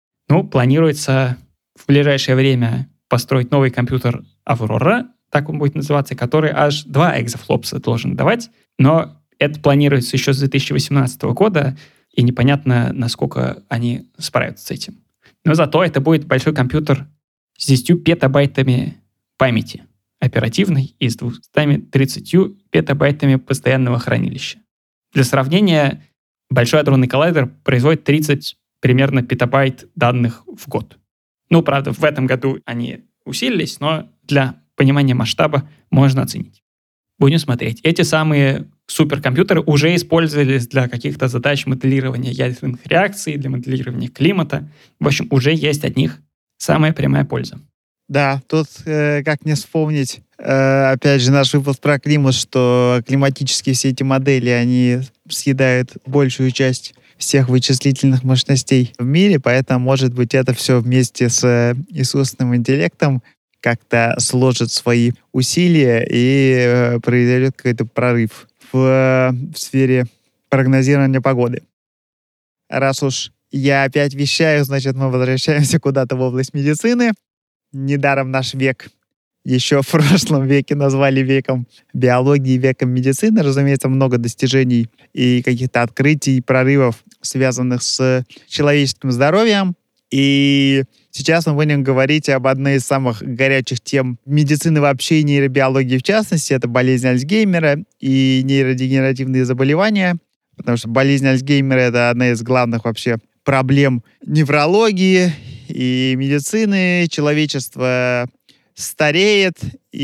Планируется в ближайшее время построить новый компьютер Aurora, так он будет называться, который аж 2 экзофлопса должен давать, но это планируется еще с 2018 года, и непонятно, насколько они справятся с этим. Но зато это будет большой компьютер с 10 петабайтами памяти оперативной и с 230 петабайтами постоянного хранилища. Для сравнения, Большой адронный коллайдер производит 30 примерно петабайт данных в год. Правда, в этом году они усилились, но для понимания масштаба можно оценить. Будем смотреть. Эти самые суперкомпьютеры уже использовались для каких-то задач моделирования ядерных реакций, для моделирования климата. В общем, уже есть от них самая прямая польза. Да, тут как не вспомнить, опять же, наш выпуск про климат, что климатические все эти модели, они съедают большую часть всех вычислительных мощностей в мире, поэтому, может быть, это все вместе с искусственным интеллектом как-то сложит свои усилия и произойдет какой-то прорыв в сфере прогнозирования погоды. Раз уж я опять вещаю, значит, мы возвращаемся куда-то в область медицины. Недаром наш век еще в прошлом веке назвали веком биологии, веком медицины. Разумеется, много достижений и каких-то открытий, прорывов, связанных с человеческим здоровьем. И сейчас мы будем говорить об одной из самых горячих тем медицины вообще и нейробиологии в частности. Это болезнь Альцгеймера и нейродегенеративные заболевания. Потому что болезнь Альцгеймера — это одна из главных вообще проблем неврологии и медицины. Человечество стареет,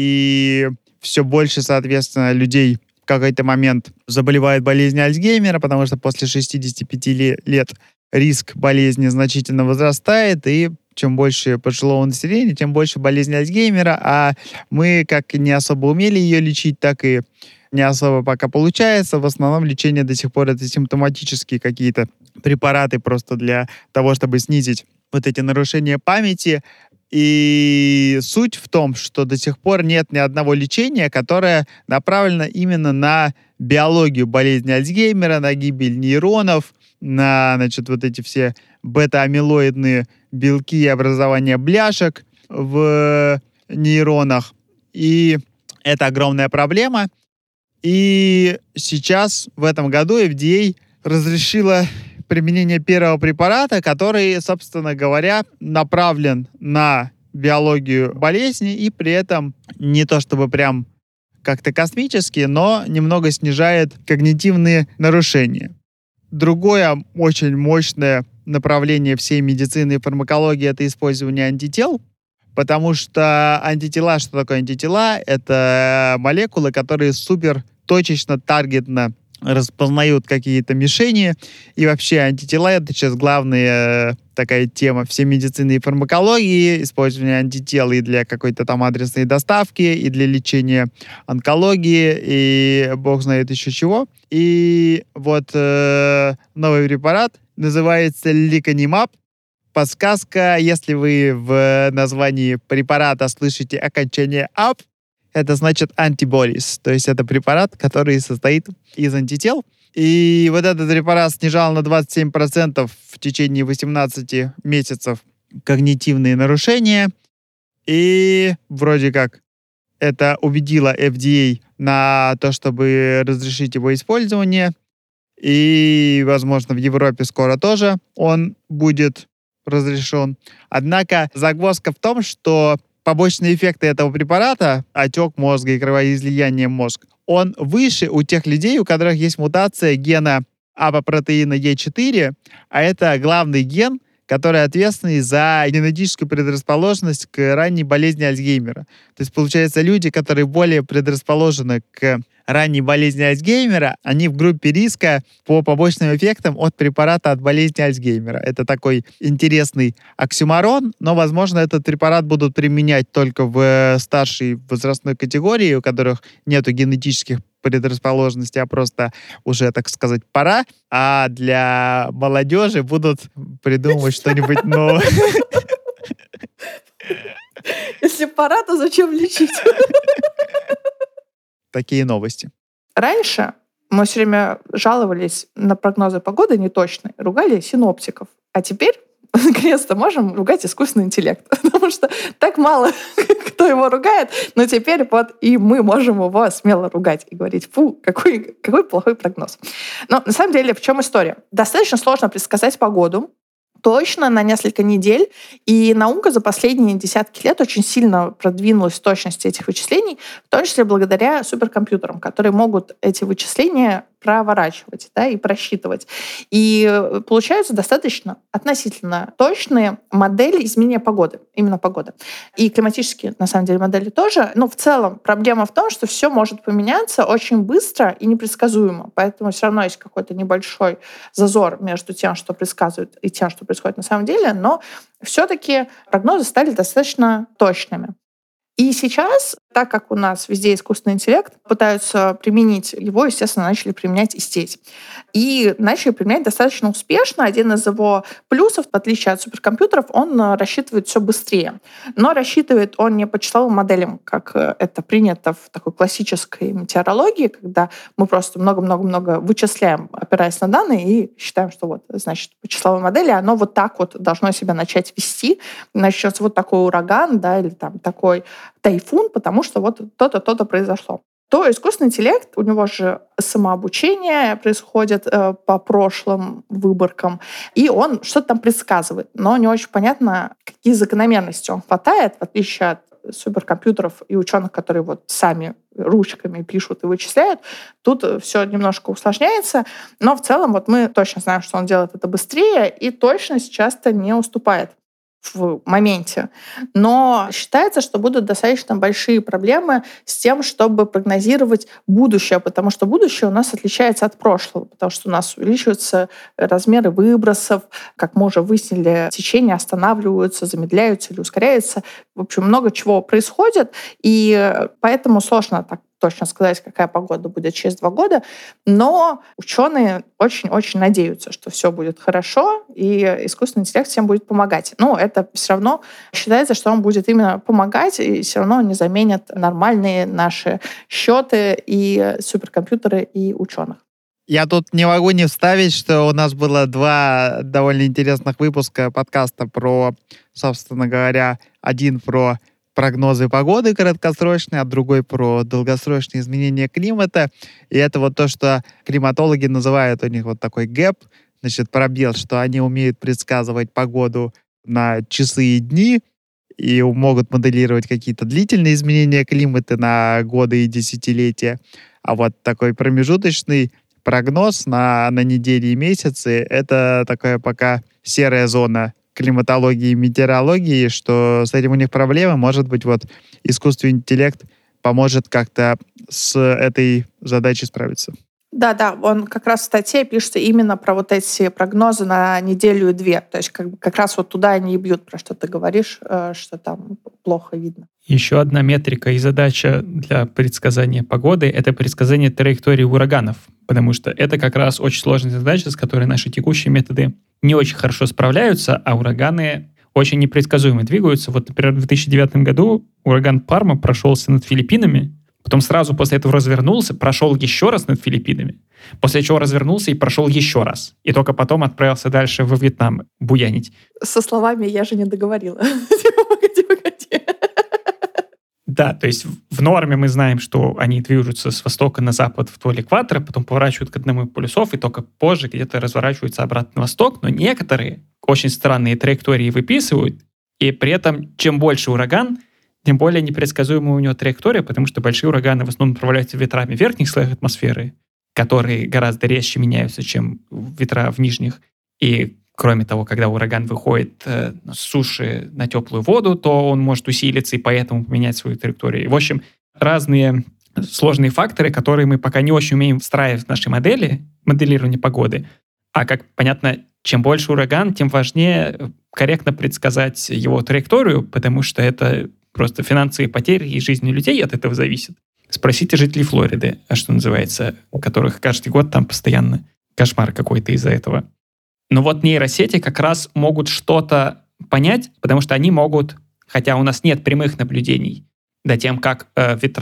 и все больше, соответственно, людей в какой-то момент заболевает болезнью Альцгеймера, потому что после 65 лет риск болезни значительно возрастает, и чем больше пожилого населения, тем больше болезни Альцгеймера, а мы как не особо умели ее лечить, так и не особо пока получается. В основном лечение до сих пор это симптоматические какие-то препараты просто для того, чтобы снизить вот эти нарушения памяти. И суть в том, что до сих пор нет ни одного лечения, которое направлено именно на биологию болезни Альцгеймера, на гибель нейронов, на, вот эти все бета-амилоидные белки и образование бляшек в нейронах. И это огромная проблема. И сейчас, в этом году, FDA разрешила применение первого препарата, который, собственно говоря, направлен на биологию болезни и при этом не то чтобы прям как-то космически, но немного снижает когнитивные нарушения. Другое очень мощное направление всей медицины и фармакологии — это использование антител, потому что антитела, что такое антитела? Это молекулы, которые супер точечно, таргетно распознают какие-то мишени. И вообще антитела — это сейчас главная такая тема всей медицины и фармакологии. Использование антител и для какой-то там адресной доставки, и для лечения онкологии, и бог знает еще чего. И вот новый препарат называется Lecanemab. Подсказка: если вы в названии препарата слышите окончание «ап», это значит antibodies, то есть это препарат, который состоит из антител. И вот этот препарат снижал на 27% в течение 18 месяцев когнитивные нарушения. И вроде как это убедило FDA на то, чтобы разрешить его использование. И, возможно, в Европе скоро тоже он будет разрешен. Однако загвоздка в том, что побочные эффекты этого препарата, отек мозга и кровоизлияние мозга, он выше у тех людей, у которых есть мутация гена апопротеина Е4, а это главный ген, который ответственный за генетическую предрасположенность к ранней болезни Альцгеймера. То есть, получается, люди, которые более предрасположены к ранней болезни Альцгеймера, они в группе риска по побочным эффектам от препарата от болезни Альцгеймера. Это такой интересный оксюморон, но, возможно, этот препарат будут применять только в старшей возрастной категории, у которых нету генетических предрасположенности, а просто уже, так сказать, пора. А для молодежи будут придумывать что-нибудь новое. Если пора, то зачем лечить? Такие новости. Раньше Мы все время жаловались на прогнозы погоды неточные, ругали синоптиков. А теперь наконец-то можем ругать искусственный интеллект, потому что так мало кто его ругает, но теперь вот и мы можем его смело ругать и говорить: фу, какой плохой прогноз. Но на самом деле в чем история? Достаточно сложно предсказать погоду точно на несколько недель, и наука за последние десятки лет очень сильно продвинулась в точности этих вычислений, в том числе благодаря суперкомпьютерам, которые могут эти вычисления проворачивать, да, и просчитывать. И получаются достаточно относительно точные модели изменения погоды, именно погоды. И климатические, на самом деле, модели тоже. Но в целом проблема в том, что все может поменяться очень быстро и непредсказуемо. Поэтому все равно есть какой-то небольшой зазор между тем, что предсказывают, и тем, что происходит на самом деле. Но все-таки прогнозы стали достаточно точными. И сейчас, так как у нас везде искусственный интеллект, пытаются применить его, естественно, начали применять и здесь. И начали применять достаточно успешно. Один из его плюсов, в отличие от суперкомпьютеров, он рассчитывает все быстрее. Но рассчитывает он не по числовым моделям, как это принято в такой классической метеорологии, когда мы просто много-много-много вычисляем, опираясь на данные, и считаем, что вот, значит, по числовой модели оно вот так вот должно себя начать вести. Начнется вот такой ураган, да, или там такой тайфун, потому что вот то-то, то-то произошло. То искусственный интеллект, у него же самообучение происходит по прошлым выборкам, и он что-то там предсказывает. Но не очень понятно, какие закономерности он хватает, в отличие от суперкомпьютеров и ученых, которые вот сами ручками пишут и вычисляют. Тут все немножко усложняется, но в целом вот мы точно знаем, что он делает это быстрее, и точность часто не уступает в моменте. Но считается, что будут достаточно большие проблемы с тем, чтобы прогнозировать будущее, потому что будущее у нас отличается от прошлого, потому что у нас увеличиваются размеры выбросов, как мы уже выяснили, течения останавливаются, замедляются или ускоряются. В общем, много чего происходит, и поэтому сложно так точно сказать, какая погода будет через 2 года, но ученые очень-очень надеются, что все будет хорошо, и искусственный интеллект всем будет помогать. Но это все равно считается, что он будет именно помогать, и все равно не заменит нормальные наши счеты и суперкомпьютеры, и ученых. Я тут не могу не вставить, что у нас было 2 довольно интересных выпуска подкаста про, собственно говоря, один про прогнозы погоды краткосрочные, а другой про долгосрочные изменения климата. И это вот то, что климатологи называют, у них вот такой гэп, значит, пробел, что они умеют предсказывать погоду на часы и дни и могут моделировать какие-то длительные изменения климата на годы и десятилетия. А вот такой промежуточный прогноз на недели и месяцы — это такая пока серая зона климатологии и метеорологии, что с этим у них проблемы. Может быть, вот искусственный интеллект поможет как-то с этой задачей справиться. Да, он как раз в статье пишется именно про вот эти прогнозы на неделю и 2. То есть как раз вот туда они и бьют, про что ты говоришь, что там плохо видно. Еще одна метрика и задача для предсказания погоды — это предсказание траектории ураганов, потому что это как раз очень сложная задача, с которой наши текущие методы не очень хорошо справляются, а ураганы очень непредсказуемо двигаются. Вот, например, в 2009 году ураган Парма прошелся над Филиппинами, потом сразу после этого развернулся, прошел еще раз над Филиппинами, после чего развернулся и прошел еще раз. И только потом отправился дальше во Вьетнам буянить. Со словами «я же не договорила». Погоди. Да, то есть в норме мы знаем, что они движутся с востока на запад вдоль экватора, потом поворачивают к одному из полюсов и только позже где-то разворачиваются обратно на восток. Но некоторые очень странные траектории выписывают, и при этом чем больше ураган, тем более непредсказуемая у него траектория, потому что большие ураганы в основном направляются ветрами в верхних слоях атмосферы, которые гораздо резче меняются, чем ветра в нижних. И кроме того, когда ураган выходит с суши на теплую воду, то он может усилиться и поэтому поменять свою траекторию. В общем, разные сложные факторы, которые мы пока не очень умеем встраивать в наши модели моделирования погоды. А, как понятно, чем больше ураган, тем важнее корректно предсказать его траекторию, потому что это просто финансовые потери и жизни людей от этого зависят. Спросите жителей Флориды, что называется, у которых каждый год там постоянно кошмар какой-то из-за этого. Но вот нейросети как раз могут что-то понять, потому что они могут, хотя у нас нет прямых наблюдений за тем, как ветра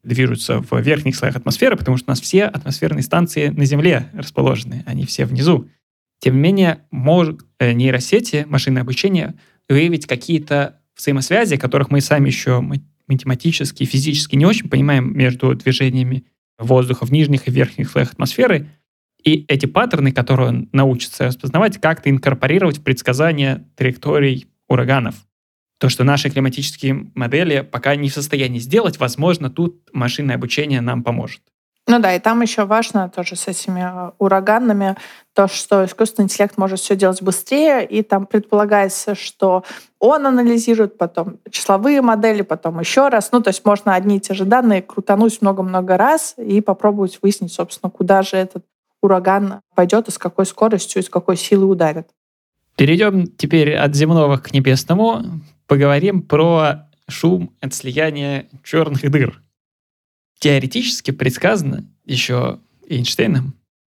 движутся в верхних слоях атмосферы, потому что у нас все атмосферные станции на Земле расположены, они все внизу. Тем не менее, могут нейросети, машинное обучение выявить какие-то взаимосвязи, которых мы сами еще математически и физически не очень понимаем между движениями воздуха в нижних и верхних слоях атмосферы. И эти паттерны, которые он научится распознавать, как-то инкорпорировать в предсказание траекторий ураганов. То, что наши климатические модели пока не в состоянии сделать, возможно, тут машинное обучение нам поможет. Ну да, и там еще важно тоже с этими ураганами то, что искусственный интеллект может все делать быстрее, и там предполагается, что он анализирует потом числовые модели, потом еще раз. Ну, то есть можно одни и те же данные крутануть много-много раз и попробовать выяснить, собственно, куда же этот ураган пойдет и с какой скоростью и с какой силой ударит. Перейдем теперь от земного к небесному. Поговорим про шум от слияния черных дыр. Теоретически предсказано еще Эйнштейном,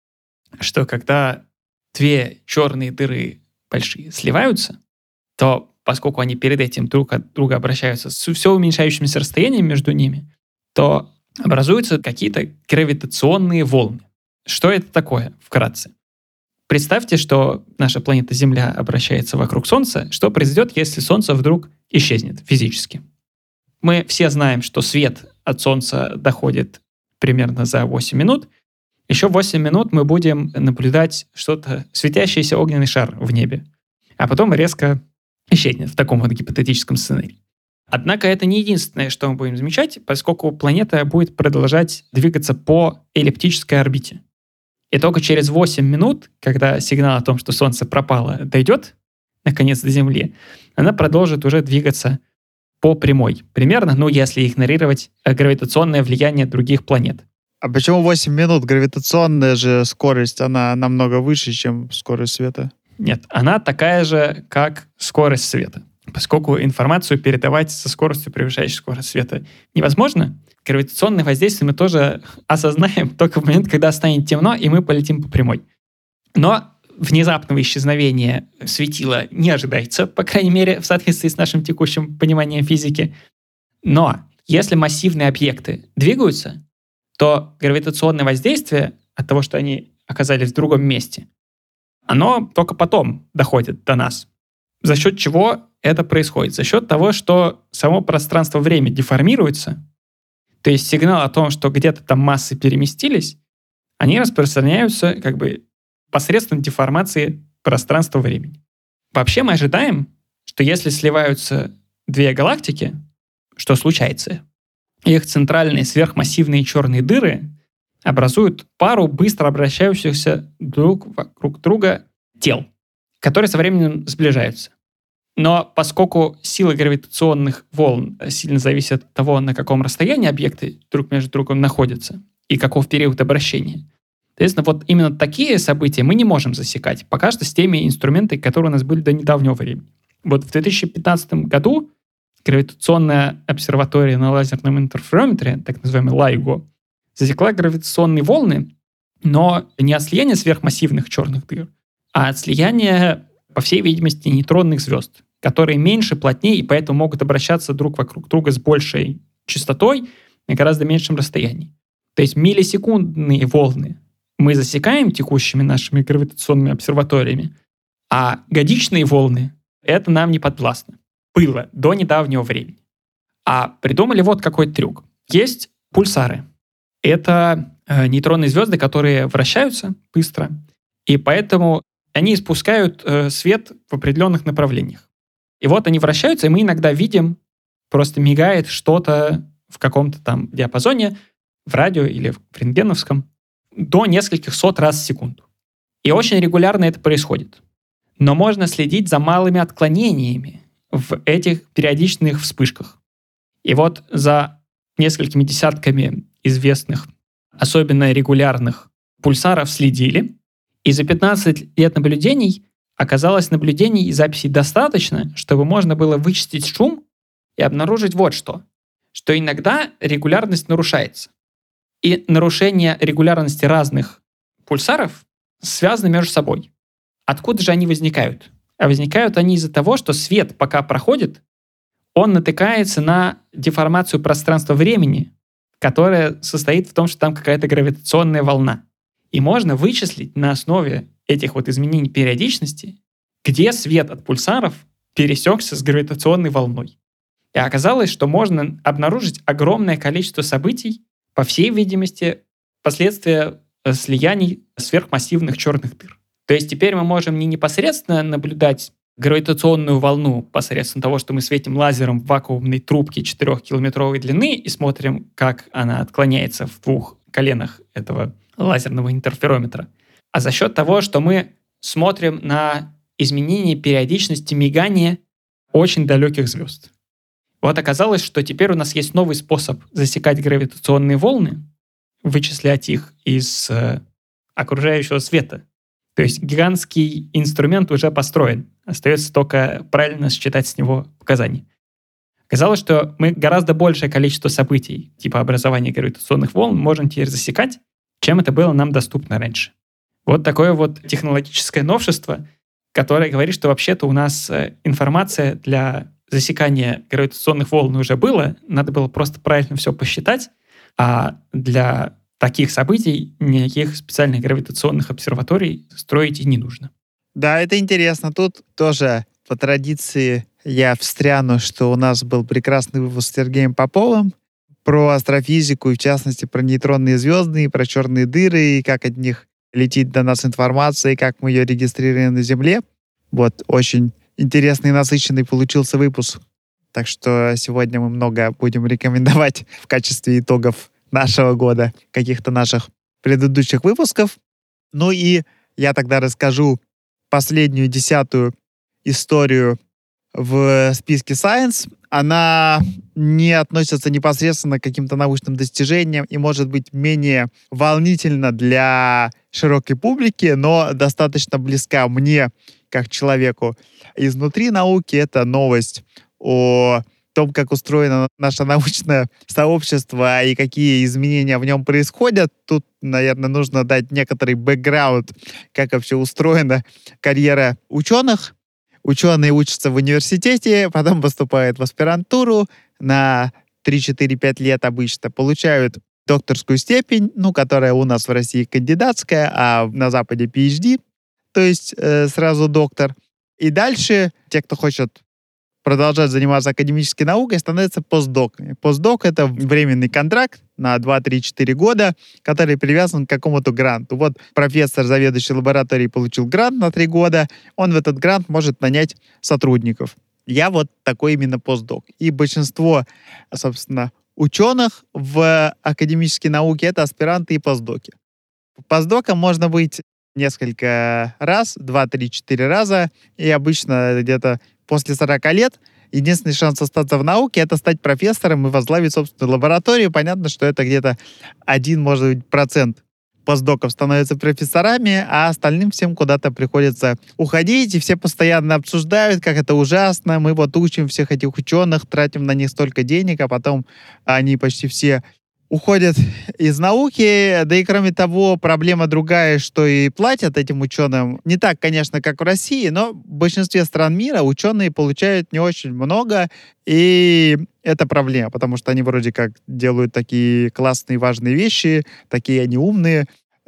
что когда две черные дыры большие сливаются, то поскольку они перед этим друг от друга обращаются с все уменьшающимся расстоянием между ними, то образуются какие-то гравитационные волны. Что это такое, вкратце? Представьте, что наша планета Земля обращается вокруг Солнца. Что произойдет, если Солнце вдруг исчезнет физически? Мы все знаем, что свет от Солнца доходит примерно за 8 минут. Еще 8 минут мы будем наблюдать что-то, светящийся огненный шар в небе. А потом резко исчезнет в таком вот гипотетическом сценарии. Однако это не единственное, что мы будем замечать, поскольку планета будет продолжать двигаться по эллиптической орбите. И только через 8 минут, когда сигнал о том, что Солнце пропало, дойдет, наконец, до Земли, она продолжит уже двигаться по прямой. Примерно, если игнорировать гравитационное влияние других планет. А почему 8 минут? Гравитационная же скорость, она намного выше, чем скорость света. Нет, она такая же, как скорость света. Поскольку информацию передавать со скоростью, превышающей скорость света, невозможно, гравитационное воздействие мы тоже осознаем только в момент, когда станет темно, и мы полетим по прямой. Но внезапного исчезновения светила не ожидается, по крайней мере, в соответствии с нашим текущим пониманием физики. Но если массивные объекты двигаются, то гравитационное воздействие от того, что они оказались в другом месте, оно только потом доходит до нас. За счет чего это происходит? За счет того, что само пространство-время деформируется, то есть сигнал о том, что где-то там массы переместились, они распространяются посредством деформации пространства-времени. Вообще мы ожидаем, что если сливаются две галактики, что случается, их центральные сверхмассивные черные дыры образуют пару быстро обращающихся друг вокруг друга тел, которые со временем сближаются. Но поскольку сила гравитационных волн сильно зависит от того, на каком расстоянии объекты друг между другом находятся и каков период обращения, соответственно, вот именно такие события мы не можем засекать, пока что с теми инструментами, которые у нас были до недавнего времени. Вот в 2015 году гравитационная обсерватория на лазерном интерферометре, так называемый LIGO, засекла гравитационные волны, но не от слияния сверхмассивных черных дыр, а от слияния, по всей видимости, нейтронных звезд, которые меньше, плотнее, и поэтому могут обращаться друг вокруг друга с большей частотой на гораздо меньшем расстоянии. То есть миллисекундные волны мы засекаем текущими нашими гравитационными обсерваториями, а годичные волны — это нам не подвластно. Было до недавнего времени. А придумали вот какой трюк. Есть пульсары. Это нейтронные звезды, которые вращаются быстро, и поэтому они испускают свет в определенных направлениях. И вот они вращаются, и мы иногда видим, просто мигает что-то в каком-то там диапазоне, в радио или в рентгеновском, до нескольких сот раз в секунду. И очень регулярно это происходит. Но можно следить за малыми отклонениями в этих периодичных вспышках. И вот за несколькими десятками известных, особенно регулярных пульсаров следили, и за 15 лет наблюдений оказалось наблюдений и записей достаточно, чтобы можно было вычистить шум и обнаружить вот что иногда регулярность нарушается. И нарушение регулярности разных пульсаров связаны между собой. Откуда же они возникают? А возникают они из-за того, что свет, пока проходит, он натыкается на деформацию пространства-времени которая состоит в том, что там какая-то гравитационная волна. И можно вычислить на основе этих вот изменений периодичности, где свет от пульсаров пересекся с гравитационной волной. И оказалось, что можно обнаружить огромное количество событий, по всей видимости, последствия слияний сверхмассивных черных дыр. То есть теперь мы можем не непосредственно наблюдать гравитационную волну посредством того, что мы светим лазером в вакуумной трубке 4-километровой длины и смотрим, как она отклоняется в 2 коленах этого лазерного интерферометра, а за счет того, что мы смотрим на изменение периодичности мигания очень далеких звезд. Вот оказалось, что теперь у нас есть новый способ засекать гравитационные волны, вычислять их из окружающего света. То есть гигантский инструмент уже построен. Остается только правильно считать с него показания. Оказалось, что мы гораздо большее количество событий, типа образования гравитационных волн, можем теперь засекать, чем это было нам доступно раньше. Вот такое вот технологическое новшество, которое говорит, что вообще-то у нас информация для засекания гравитационных волн уже было, надо было просто правильно все посчитать, а для таких событий никаких специальных гравитационных обсерваторий строить и не нужно. Да, это интересно. Тут тоже по традиции я встряну, что у нас был прекрасный выпуск с Сергеем Поповым про астрофизику, и в частности про нейтронные звезды, и про черные дыры, и как от них летит до нас информация, и как мы ее регистрируем на Земле. Вот, очень интересный и насыщенный получился выпуск. Так что сегодня мы много будем рекомендовать в качестве итогов нашего года, каких-то наших предыдущих выпусков. Ну и я тогда расскажу последнюю 10-ю историю в списке Science. Она не относится непосредственно к каким-то научным достижениям и может быть менее волнительна для широкой публики, но достаточно близка мне, как человеку изнутри науки. Это новость о том, как устроено наше научное сообщество и какие изменения в нем происходят. Тут, наверное, нужно дать некоторый бэкграунд, как вообще устроена карьера ученых. Ученые учатся в университете, потом поступают в аспирантуру на 3-4-5 лет обычно, получают докторскую степень, которая у нас в России кандидатская, а на Западе PhD, то есть сразу доктор. И дальше те, кто хочет продолжать заниматься академической наукой, становятся постдоками. Постдок — это временный контракт на 2-3-4 года, который привязан к какому-то гранту. Вот профессор, заведующий лабораторией, получил грант на 3 года, он в этот грант может нанять сотрудников. Я вот такой именно постдок. И большинство, собственно, ученых в академической науке — это аспиранты и постдоки. Постдоком можно быть несколько раз, 2-3-4 раза, и обычно где-то после 40 лет единственный шанс остаться в науке — это стать профессором и возглавить собственную лабораторию. Понятно, что это где-то 1, может быть, процент постдоков становятся профессорами, а остальным всем куда-то приходится уходить, и все постоянно обсуждают, как это ужасно. Мы вот учим всех этих ученых, тратим на них столько денег, а потом они почти все уходят из науки. Да и кроме того, проблема другая, что и платят этим ученым не так, конечно, как в России, но в большинстве стран мира ученые получают не очень много, и это проблема, потому что они вроде как делают такие классные, важные вещи, такие они умные,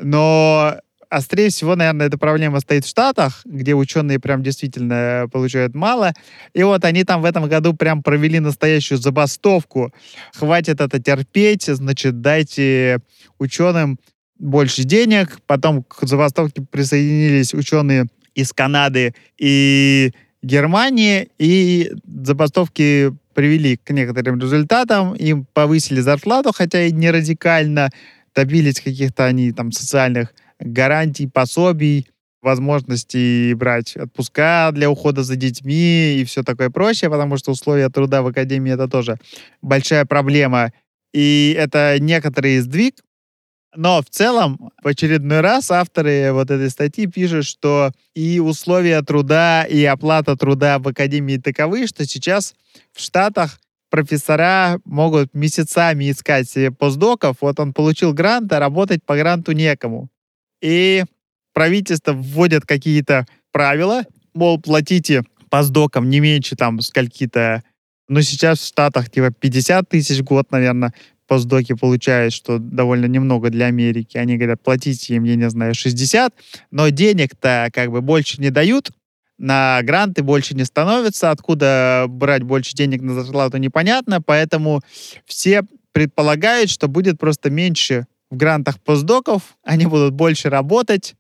но острее всего, наверное, эта проблема стоит в Штатах, где ученые прям действительно получают мало. И вот они там в этом году прям провели настоящую забастовку. Хватит это терпеть, значит, дайте ученым больше денег. Потом к забастовке присоединились ученые из Канады и Германии, и забастовки привели к некоторым результатам. Им повысили зарплату, хотя и не радикально. Добились каких-то они там социальных гарантий, пособий, возможности брать отпуска для ухода за детьми и все такое прочее, потому что условия труда в академии — это тоже большая проблема. И это некоторый сдвиг. Но в целом, в очередной раз авторы вот этой статьи пишут, что и условия труда, и оплата труда в академии таковы, что сейчас в Штатах профессора могут месяцами искать себе постдоков. Вот он получил грант, а работать по гранту некому. И правительство вводит какие-то правила, мол, платите постдокам не меньше там скольки-то, сейчас в Штатах типа 50 тысяч в год, наверное, постдоки получают, что довольно немного для Америки. Они говорят, платите им, я не знаю, 60, но денег-то как бы больше не дают, на гранты больше не становится, откуда брать больше денег на зарплату непонятно, поэтому все предполагают, что будет просто меньше в грантах постдоков, они будут больше работать,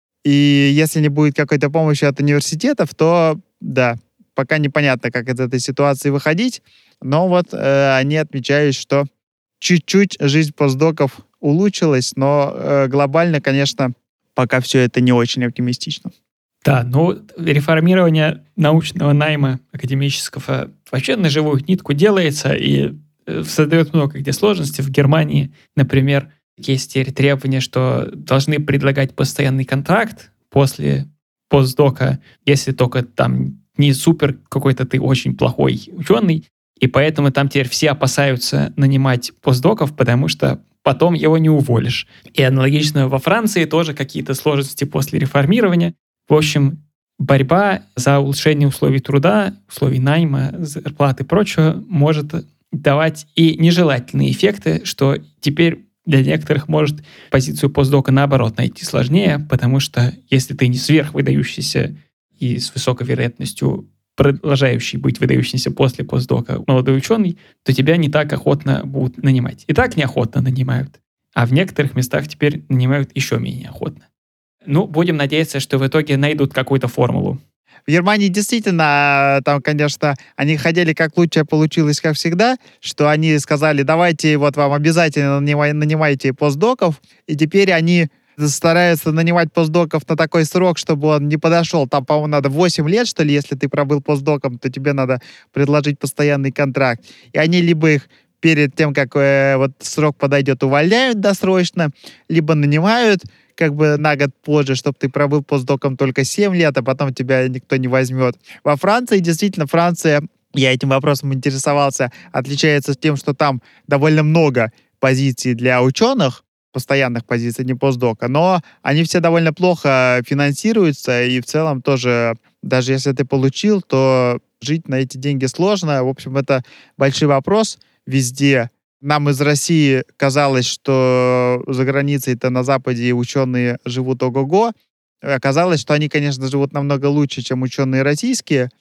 и если не будет какой-то помощи от университетов, то да, пока непонятно, как из этой ситуации выходить, но вот они отмечают, что чуть-чуть жизнь постдоков улучшилась, но глобально, конечно, пока все это не очень оптимистично. Да, ну, реформирование научного найма академического вообще на живую нитку делается и создает много где сложностей. В Германии, например, есть теперь требование, что должны предлагать постоянный контракт после постдока, если только там не супер какой-то ты очень плохой ученый, и поэтому там теперь все опасаются нанимать постдоков, потому что потом его не уволишь. И аналогично во Франции тоже какие-то сложности после реформирования. В общем, борьба за улучшение условий труда, условий найма, зарплаты и прочего может давать и нежелательные эффекты, что теперь для некоторых может позицию постдока наоборот найти сложнее, потому что если ты не сверхвыдающийся и с высокой вероятностью продолжающий быть выдающимся после постдока молодой ученый, то тебя не так охотно будут нанимать. И так неохотно нанимают. А в некоторых местах теперь нанимают еще менее охотно. Ну, будем надеяться, что в итоге найдут какую-то формулу. В Германии действительно, там, конечно, они хотели как лучше, получилось, как всегда, что они сказали, давайте вот вам обязательно нанимайте постдоков, и теперь они стараются нанимать постдоков на такой срок, чтобы он не подошел. Там, по-моему, надо 8 лет, что ли, если ты пробыл постдоком, то тебе надо предложить постоянный контракт. И они либо их перед тем, как вот срок подойдет, увольняют досрочно, либо нанимают как бы на год позже, чтобы ты пробыл постдоком только 7 лет, а потом тебя никто не возьмет. Во Франции, действительно, Франция, я этим вопросом интересовался, отличается тем, что там довольно много позиций для ученых, постоянных позиций, не постдока, но они все довольно плохо финансируются, и в целом тоже, даже если ты получил, то жить на эти деньги сложно. В общем, это большой вопрос везде. Нам из России казалось, что за границей-то на Западе ученые живут ого-го. Оказалось, что они, конечно, живут намного лучше, чем ученые российские,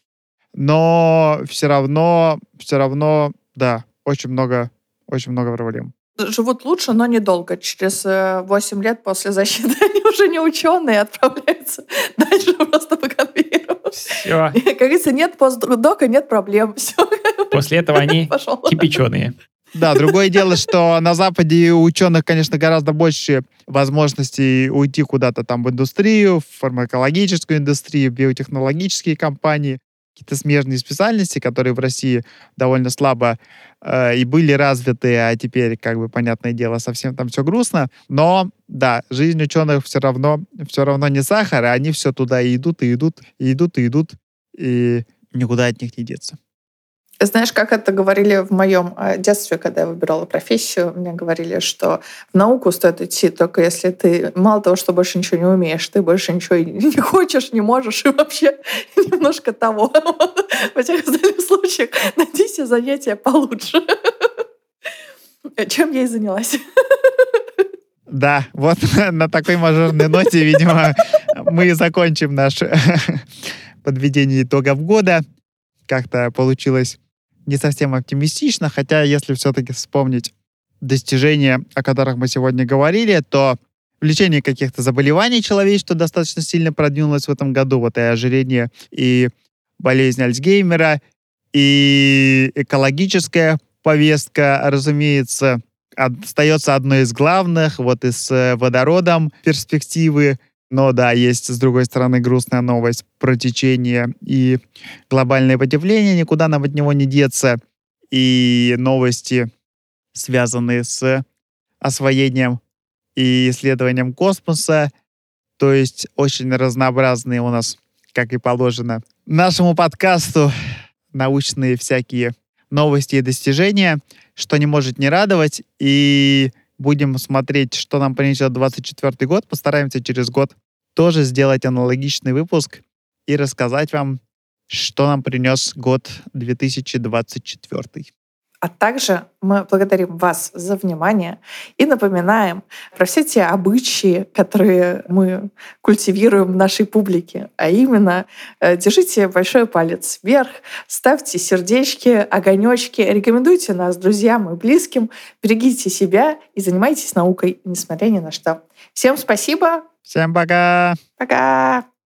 но все равно, да, очень много проблем. Живут лучше, но недолго. Через 8 лет после защиты они уже не ученые, отправляются дальше просто по конвейеру. Все. Как говорится, нет постдока, нет проблем. Все. После этого они кипяченые. Да, другое дело, что на Западе у ученых, конечно, гораздо больше возможностей уйти куда-то там в индустрию, в фармакологическую индустрию, в биотехнологические компании, какие-то смежные специальности, которые в России довольно слабо и были развиты, а теперь, как бы, понятное дело, совсем там все грустно. Но, да, жизнь ученых все равно не сахар, а они все туда и идут, и никуда от них не деться. Знаешь, как это говорили в моем детстве, когда я выбирала профессию, мне говорили, что в науку стоит идти только если ты мало того, что больше ничего не умеешь, ты больше ничего и не хочешь, не можешь, и вообще немножко того. В этих остальных случаях найди себе занятия получше. Чем я и занялась. Да, вот на такой мажорной ноте, видимо, мы закончим наше подведение итогов года. Как-то получилось не совсем оптимистично, хотя если все-таки вспомнить достижения, о которых мы сегодня говорили, то в лечении каких-то заболеваний человечество достаточно сильно продвинулось в этом году. Вот и ожирение, и болезнь Альцгеймера, и экологическая повестка, разумеется, остается одной из главных, вот и с водородом перспективы. Но да, есть, с другой стороны, грустная новость про течение и глобальное потепление, никуда нам от него не деться. И новости, связанные с освоением и исследованием космоса. То есть очень разнообразные у нас, как и положено, нашему подкасту научные всякие новости и достижения, что не может не радовать. И будем смотреть, что нам принесет 2024 год. Постараемся через год тоже сделать аналогичный выпуск и рассказать вам, что нам принес год 2024. А также мы благодарим вас за внимание и напоминаем про все те обычаи, которые мы культивируем в нашей публике. А именно, держите большой палец вверх, ставьте сердечки, огонечки, рекомендуйте нас друзьям и близким, берегите себя и занимайтесь наукой, несмотря ни на что. Всем спасибо. Всем пока. Пока.